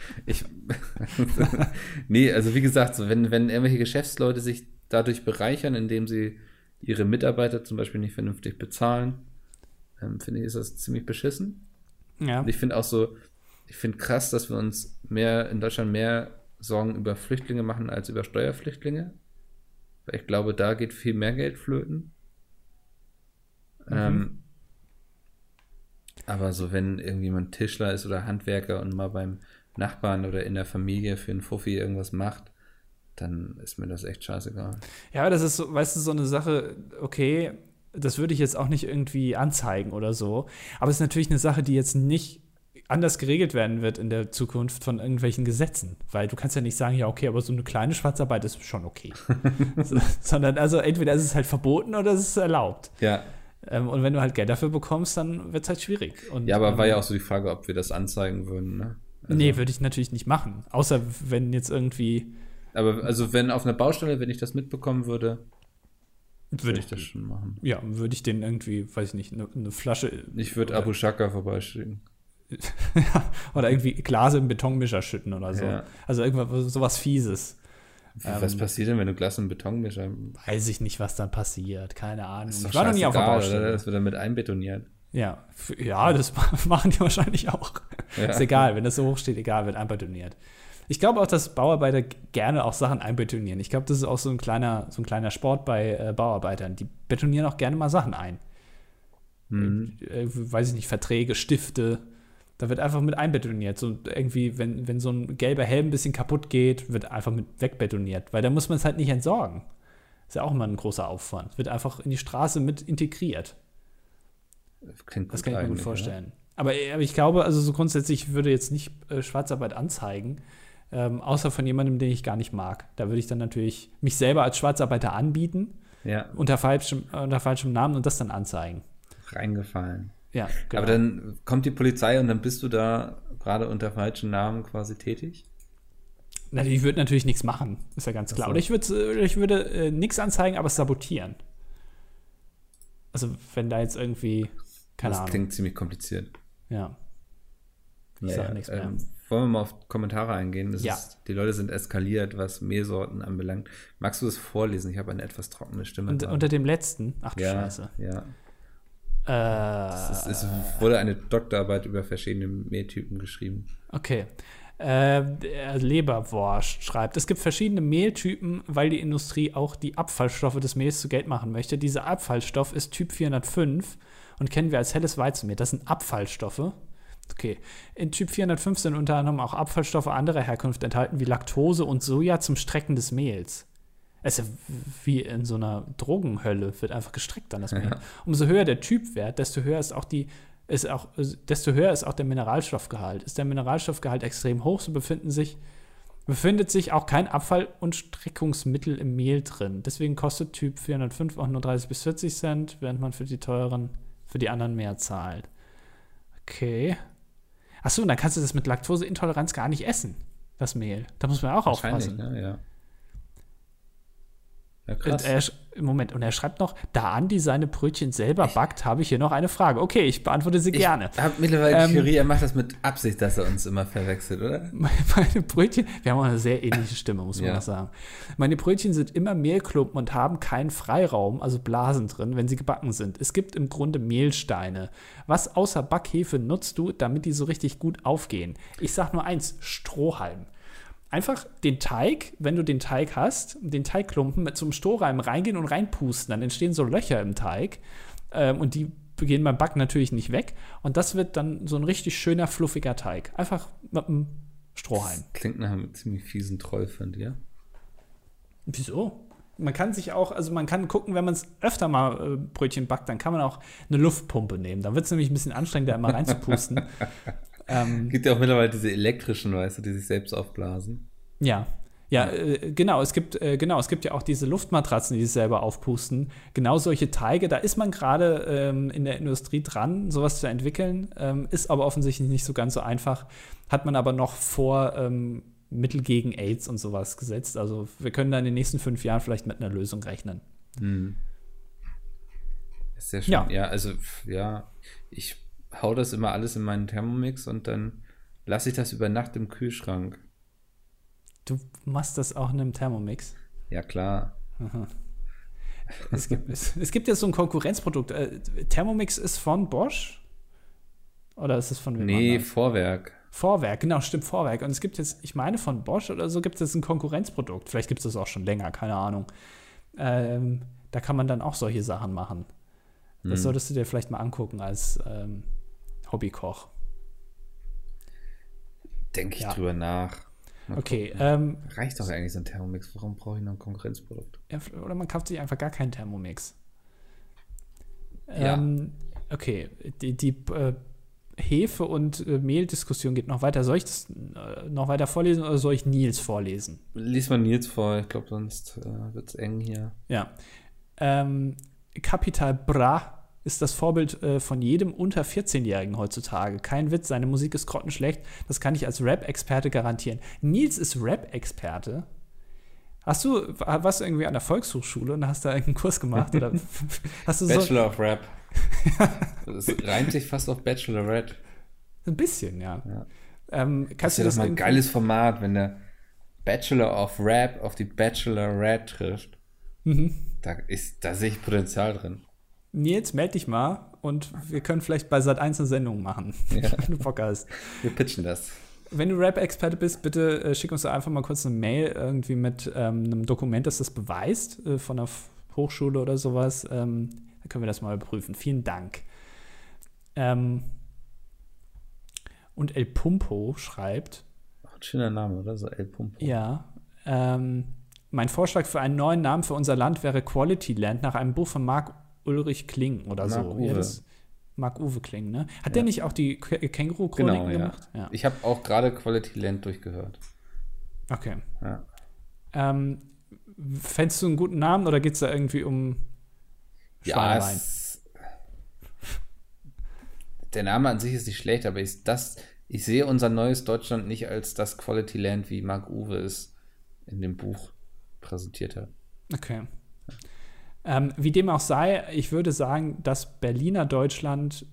nee, also wie gesagt, so, wenn irgendwelche Geschäftsleute sich dadurch bereichern, indem sie ihre Mitarbeiter zum Beispiel nicht vernünftig bezahlen, finde ich, ist das ziemlich beschissen. Ja. Und ich finde krass, dass wir uns in Deutschland mehr Sorgen über Flüchtlinge machen als über Steuerflüchtlinge. Weil ich glaube, da geht viel mehr Geld flöten. Aber so, wenn irgendjemand Tischler ist oder Handwerker und mal beim Nachbarn oder in der Familie für einen Fuffi irgendwas macht, dann ist mir das echt scheißegal. Ja, das ist so, weißt du, so eine Sache, okay, das würde ich jetzt auch nicht irgendwie anzeigen oder so. Aber es ist natürlich eine Sache, die jetzt nicht anders geregelt werden wird in der Zukunft von irgendwelchen Gesetzen. Weil du kannst ja nicht sagen, ja, okay, aber so eine kleine Schwarzarbeit ist schon okay. Sondern also entweder ist es halt verboten oder es ist erlaubt. Ja. Und wenn du halt Geld dafür bekommst, dann wird es halt schwierig. Und, ja, aber war ja auch so die Frage, ob wir das anzeigen würden, ne? Also, nee, würde ich natürlich nicht machen. Außer wenn jetzt irgendwie. Aber also wenn auf einer Baustelle, wenn ich das mitbekommen würde, würde ich das schon machen. Ja, würde ich den irgendwie, weiß ich nicht, eine Flasche. Ich würde Abu Shaka vorbeischicken. Oder irgendwie Glas im Betonmischer schütten oder so. Ja. Also irgendwas, sowas Fieses. Was passiert denn, wenn du Glas im Betonmischer? Weiß ich nicht, was dann passiert. Keine Ahnung. Ich war noch nie auf der Baustelle. Oder? Das wird dann mit einbetoniert. Ja, das machen die wahrscheinlich auch. Ja. Ist egal, wenn das so hoch steht, egal, wird einbetoniert. Ich glaube auch, dass Bauarbeiter gerne auch Sachen einbetonieren. Ich glaube, das ist auch so ein kleiner Sport bei Bauarbeitern. Die betonieren auch gerne mal Sachen ein. Weiß ich nicht, Verträge, Stifte. Da wird einfach mit einbetoniert. So irgendwie, wenn so ein gelber Helm ein bisschen kaputt geht, wird einfach mit wegbetoniert. Weil da muss man es halt nicht entsorgen. Ist ja auch immer ein großer Aufwand. Wird einfach in die Straße mit integriert. Klingt gut, das kann ich mir gut vorstellen. Aber ich glaube, also so grundsätzlich würde jetzt nicht Schwarzarbeit anzeigen, außer von jemandem, den ich gar nicht mag. Da würde ich dann natürlich mich selber als Schwarzarbeiter anbieten, Ja, unter falschem Namen und das dann anzeigen. reingefallen. Ja, genau. Aber dann kommt die Polizei und dann bist du da gerade unter falschen Namen quasi tätig? Ich würde natürlich nichts machen, ist ja ganz klar. Ach so. Oder ich würde nichts anzeigen, aber sabotieren. Also wenn da jetzt irgendwie, keine Das Ahnung. klingt ziemlich kompliziert. Ja. Ich sage nichts mehr. Wollen wir mal auf Kommentare eingehen? Ja. Die Leute sind eskaliert, was Mehlsorten anbelangt. Magst du das vorlesen? Ich habe eine etwas trockene Stimme. Und gerade. unter dem letzten, ach du ja, Scheiße. ja. Es wurde eine Doktorarbeit über verschiedene Mehltypen geschrieben. Okay. Der Leberwurst schreibt, es gibt verschiedene Mehltypen, weil die Industrie auch die Abfallstoffe des Mehls zu Geld machen möchte. Dieser Abfallstoff ist Typ 405 und kennen wir als helles Weizenmehl. Das sind Abfallstoffe. Okay. In Typ 405 sind unter anderem auch Abfallstoffe anderer Herkunft enthalten, wie Laktose und Soja zum Strecken des Mehls. Es ist ja wie in so einer Drogenhölle, wird einfach gestreckt dann das Mehl. Ja. Umso höher der Typwert, desto höher ist auch der Mineralstoffgehalt. Ist der Mineralstoffgehalt extrem hoch, so befindet sich auch kein Abfall- und Streckungsmittel im Mehl drin. Deswegen kostet Typ 405 auch nur 30 bis 40 Cent, während man für die anderen mehr zahlt. Okay. Achso, und dann kannst du das mit Laktoseintoleranz gar nicht essen, das Mehl. Da muss man auch aufpassen. Ne? Ja. Ja, krass. Und er schreibt noch, da Andi seine Brötchen selber backt, habe ich hier noch eine Frage. Okay, ich beantworte sie gerne. Ich habe mittlerweile die Theorie, er macht das mit Absicht, dass er uns immer verwechselt, oder? Meine Brötchen, wir haben auch eine sehr ähnliche Stimme, muss man Ja. noch sagen. Meine Brötchen sind immer Mehlklumpen und haben keinen Freiraum, also Blasen drin, wenn sie gebacken sind. Es gibt im Grunde Mehlsteine. Was außer Backhefe nutzt du, damit die so richtig gut aufgehen? Ich sag nur eins, Strohhalm. Einfach den Teig, wenn du den Teig hast, den Teigklumpen mit so einem Strohhalm reingehen und reinpusten. Dann entstehen so Löcher im Teig und die gehen beim Backen natürlich nicht weg. Und das wird dann so ein richtig schöner, fluffiger Teig. Einfach mit einem Strohhalm. Das klingt nach einem ziemlich fiesen Troll von dir. Wieso? Man kann gucken, wenn man es öfter mal Brötchen backt, dann kann man auch eine Luftpumpe nehmen. Dann wird es nämlich ein bisschen anstrengender, da immer reinzupusten. Gibt ja auch mittlerweile diese elektrischen, weißt du, die sich selbst aufblasen. Ja, genau. Es gibt ja auch diese Luftmatratzen, die sich selber aufpusten. Genau solche Teige, da ist man gerade in der Industrie dran, sowas zu entwickeln. Ist aber offensichtlich nicht so ganz so einfach. Hat man aber noch vor, Mittel gegen AIDS und sowas gesetzt. Also wir können da in den nächsten 5 Jahren vielleicht mit einer Lösung rechnen. Ist sehr schön. Ja, also, ja, ich hau das immer alles in meinen Thermomix und dann lasse ich das über Nacht im Kühlschrank. Du machst das auch in einem Thermomix? Ja, klar. Aha. Es gibt ja so ein Konkurrenzprodukt. Thermomix ist von Bosch? Oder ist es von wem Nee, anders? Vorwerk. Vorwerk, genau, stimmt, Vorwerk. Und es gibt jetzt, ich meine von Bosch oder so, gibt es jetzt ein Konkurrenzprodukt. Vielleicht gibt es das auch schon länger, keine Ahnung. Da kann man dann auch solche Sachen machen. Das solltest du dir vielleicht mal angucken als Hobbykoch. Denke ich Ja. drüber nach. Mal Okay, gucken. Reicht doch eigentlich so ein Thermomix. Warum brauche ich noch ein Konkurrenzprodukt? ja, oder man kauft sich einfach gar keinen Thermomix. Ja. Okay, die Hefe- und Mehldiskussion geht noch weiter. Soll ich das noch weiter vorlesen oder soll ich Nils vorlesen? Lies mal Nils vor. Ich glaube, sonst wird es eng hier. Ja. Capital Bra ist das Vorbild von jedem unter 14-Jährigen heutzutage. Kein Witz, seine Musik ist grottenschlecht. Das kann ich als Rap-Experte garantieren. Nils ist Rap-Experte. Warst du irgendwie an der Volkshochschule und hast da irgendeinen Kurs gemacht? Oder hast du Bachelor of Rap. Das reimt sich fast auf Bachelorette. Ein bisschen, ja. Das Kannst ist ja du doch mal ein irgendwie- geiles Format, wenn der Bachelor of Rap auf die Bachelorette trifft. Da sehe ich Potenzial drin. Nils, meld dich mal und wir können vielleicht bei Sat.1 eine Sendung machen, Ja. wenn du Bock hast. Wir pitchen das. Wenn du Rap-Experte bist, bitte schick uns doch einfach mal kurz eine Mail irgendwie mit einem Dokument, das das beweist, von der Hochschule oder sowas. Dann können wir das mal prüfen. Vielen Dank. Und El Pumpo schreibt, Auch ein schöner Name, oder? So El Pumpo. ja, mein Vorschlag für einen neuen Namen für unser Land wäre Quality Land nach einem Buch von Marc Ulrich Kling oder Marc so. Uwe. Ja, Marc-Uwe Kling, ne? Hat der nicht auch die Känguru-Chroniken Genau, gemacht? ja. Ich habe auch gerade Quality Land durchgehört. Okay. Ja. Fändest du einen guten Namen oder geht es da irgendwie um Schweinereien? Der Name an sich ist nicht schlecht, aber ich sehe unser neues Deutschland nicht als das Quality Land, wie Marc-Uwe es in dem Buch präsentiert hat. Okay. Wie dem auch sei, ich würde sagen, dass Berliner Deutschland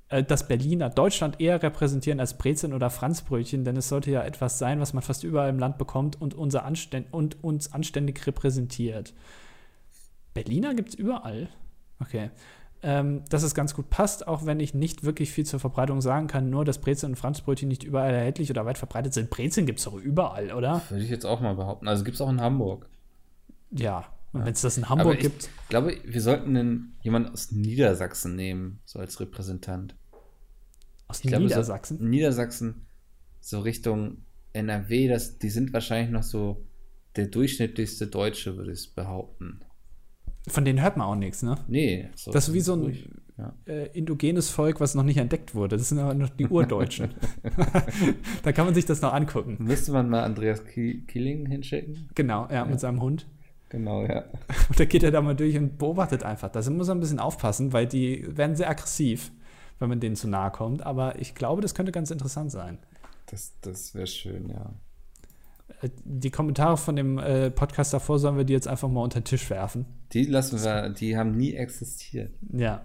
eher repräsentieren als Brezeln oder Franzbrötchen, denn es sollte ja etwas sein, was man fast überall im Land bekommt und uns anständig repräsentiert. Berliner gibt es überall. Okay. Dass es ganz gut passt, auch wenn ich nicht wirklich viel zur Verbreitung sagen kann, nur dass Brezeln und Franzbrötchen nicht überall erhältlich oder weit verbreitet sind. Brezeln gibt es doch überall, oder? Würde ich jetzt auch mal behaupten. Also gibt es auch in Hamburg. Ja, und wenn es das in Hamburg gibt. Ich glaube, wir sollten jemanden aus Niedersachsen nehmen, so als Repräsentant. Aus Niedersachsen? So Niedersachsen, so Richtung NRW, die sind wahrscheinlich noch so der durchschnittlichste Deutsche, würde ich behaupten. Von denen hört man auch nichts, ne? Nee. Das ist wie so ein indogenes Volk, was noch nicht entdeckt wurde. Das sind aber noch die Urdeutschen. Da kann man sich das noch angucken. Müsste man mal Andreas Kieling hinschicken? Genau, ja, mit seinem Hund. Genau, ja. Und da geht er da mal durch und beobachtet einfach. Da muss er ein bisschen aufpassen, weil die werden sehr aggressiv, wenn man denen zu nahe kommt. Aber ich glaube, das könnte ganz interessant sein. Das wäre schön, ja. Die Kommentare von dem Podcast davor sollen wir die jetzt einfach mal unter den Tisch werfen. Die haben nie existiert. Ja.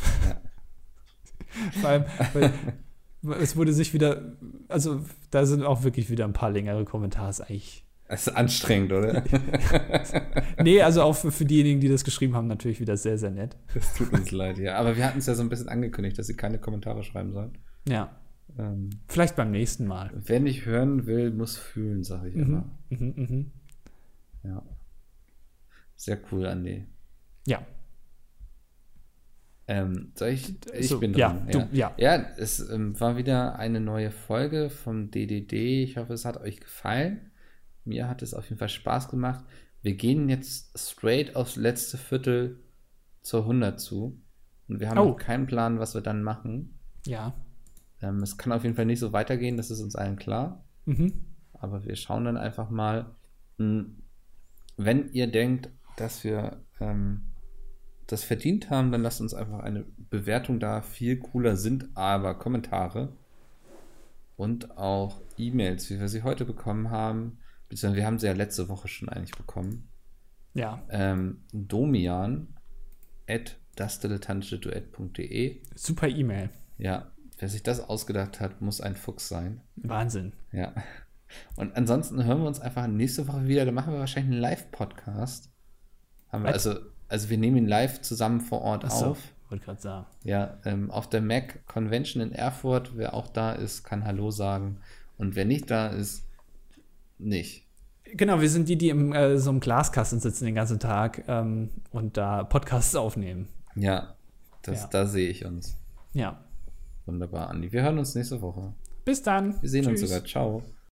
Vor allem, weil es wurde sich wieder, also da sind auch wirklich wieder ein paar längere Kommentare. Das ist anstrengend, oder? Nee, also auch für diejenigen, die das geschrieben haben, natürlich wieder sehr, sehr nett. Das tut uns leid, ja. Aber wir hatten es ja so ein bisschen angekündigt, dass sie keine Kommentare schreiben sollen. Ja. Vielleicht beim nächsten Mal. Wer nicht hören will, muss fühlen, sage ich immer. Ja. Sehr cool, Andi. Ja. Soll ich? Ich so, bin dran. Ja. Ja, es war wieder eine neue Folge vom DDD. Ich hoffe, es hat euch gefallen. Mir hat es auf jeden Fall Spaß gemacht. Wir gehen jetzt straight aufs letzte Viertel zur 100 zu. Und wir haben noch keinen Plan, was wir dann machen. Ja. Es kann auf jeden Fall nicht so weitergehen, das ist uns allen klar. Aber wir schauen dann einfach mal. Wenn ihr denkt, dass wir das verdient haben, dann lasst uns einfach eine Bewertung da. Viel cooler sind aber Kommentare und auch E-Mails, wie wir sie heute bekommen haben. Beziehungsweise wir haben sie ja letzte Woche schon eigentlich bekommen. Ja. domian@dasdilettantische-duett.de. Super E-Mail. Ja, wer sich das ausgedacht hat, muss ein Fuchs sein. Wahnsinn. Ja. Und ansonsten hören wir uns einfach nächste Woche wieder. Da machen wir wahrscheinlich einen Live-Podcast. Also wir nehmen ihn live zusammen vor Ort auf. Wollte gerade sagen. Ja, auf der Mac Convention in Erfurt. Wer auch da ist, kann Hallo sagen. Und wer nicht da ist, nicht. Genau, wir sind die im so einem Glaskasten sitzen den ganzen Tag und da Podcasts aufnehmen. Ja, da sehe ich uns. Ja. Wunderbar, Andi. Wir hören uns nächste Woche. Bis dann. Wir sehen uns sogar. Ciao.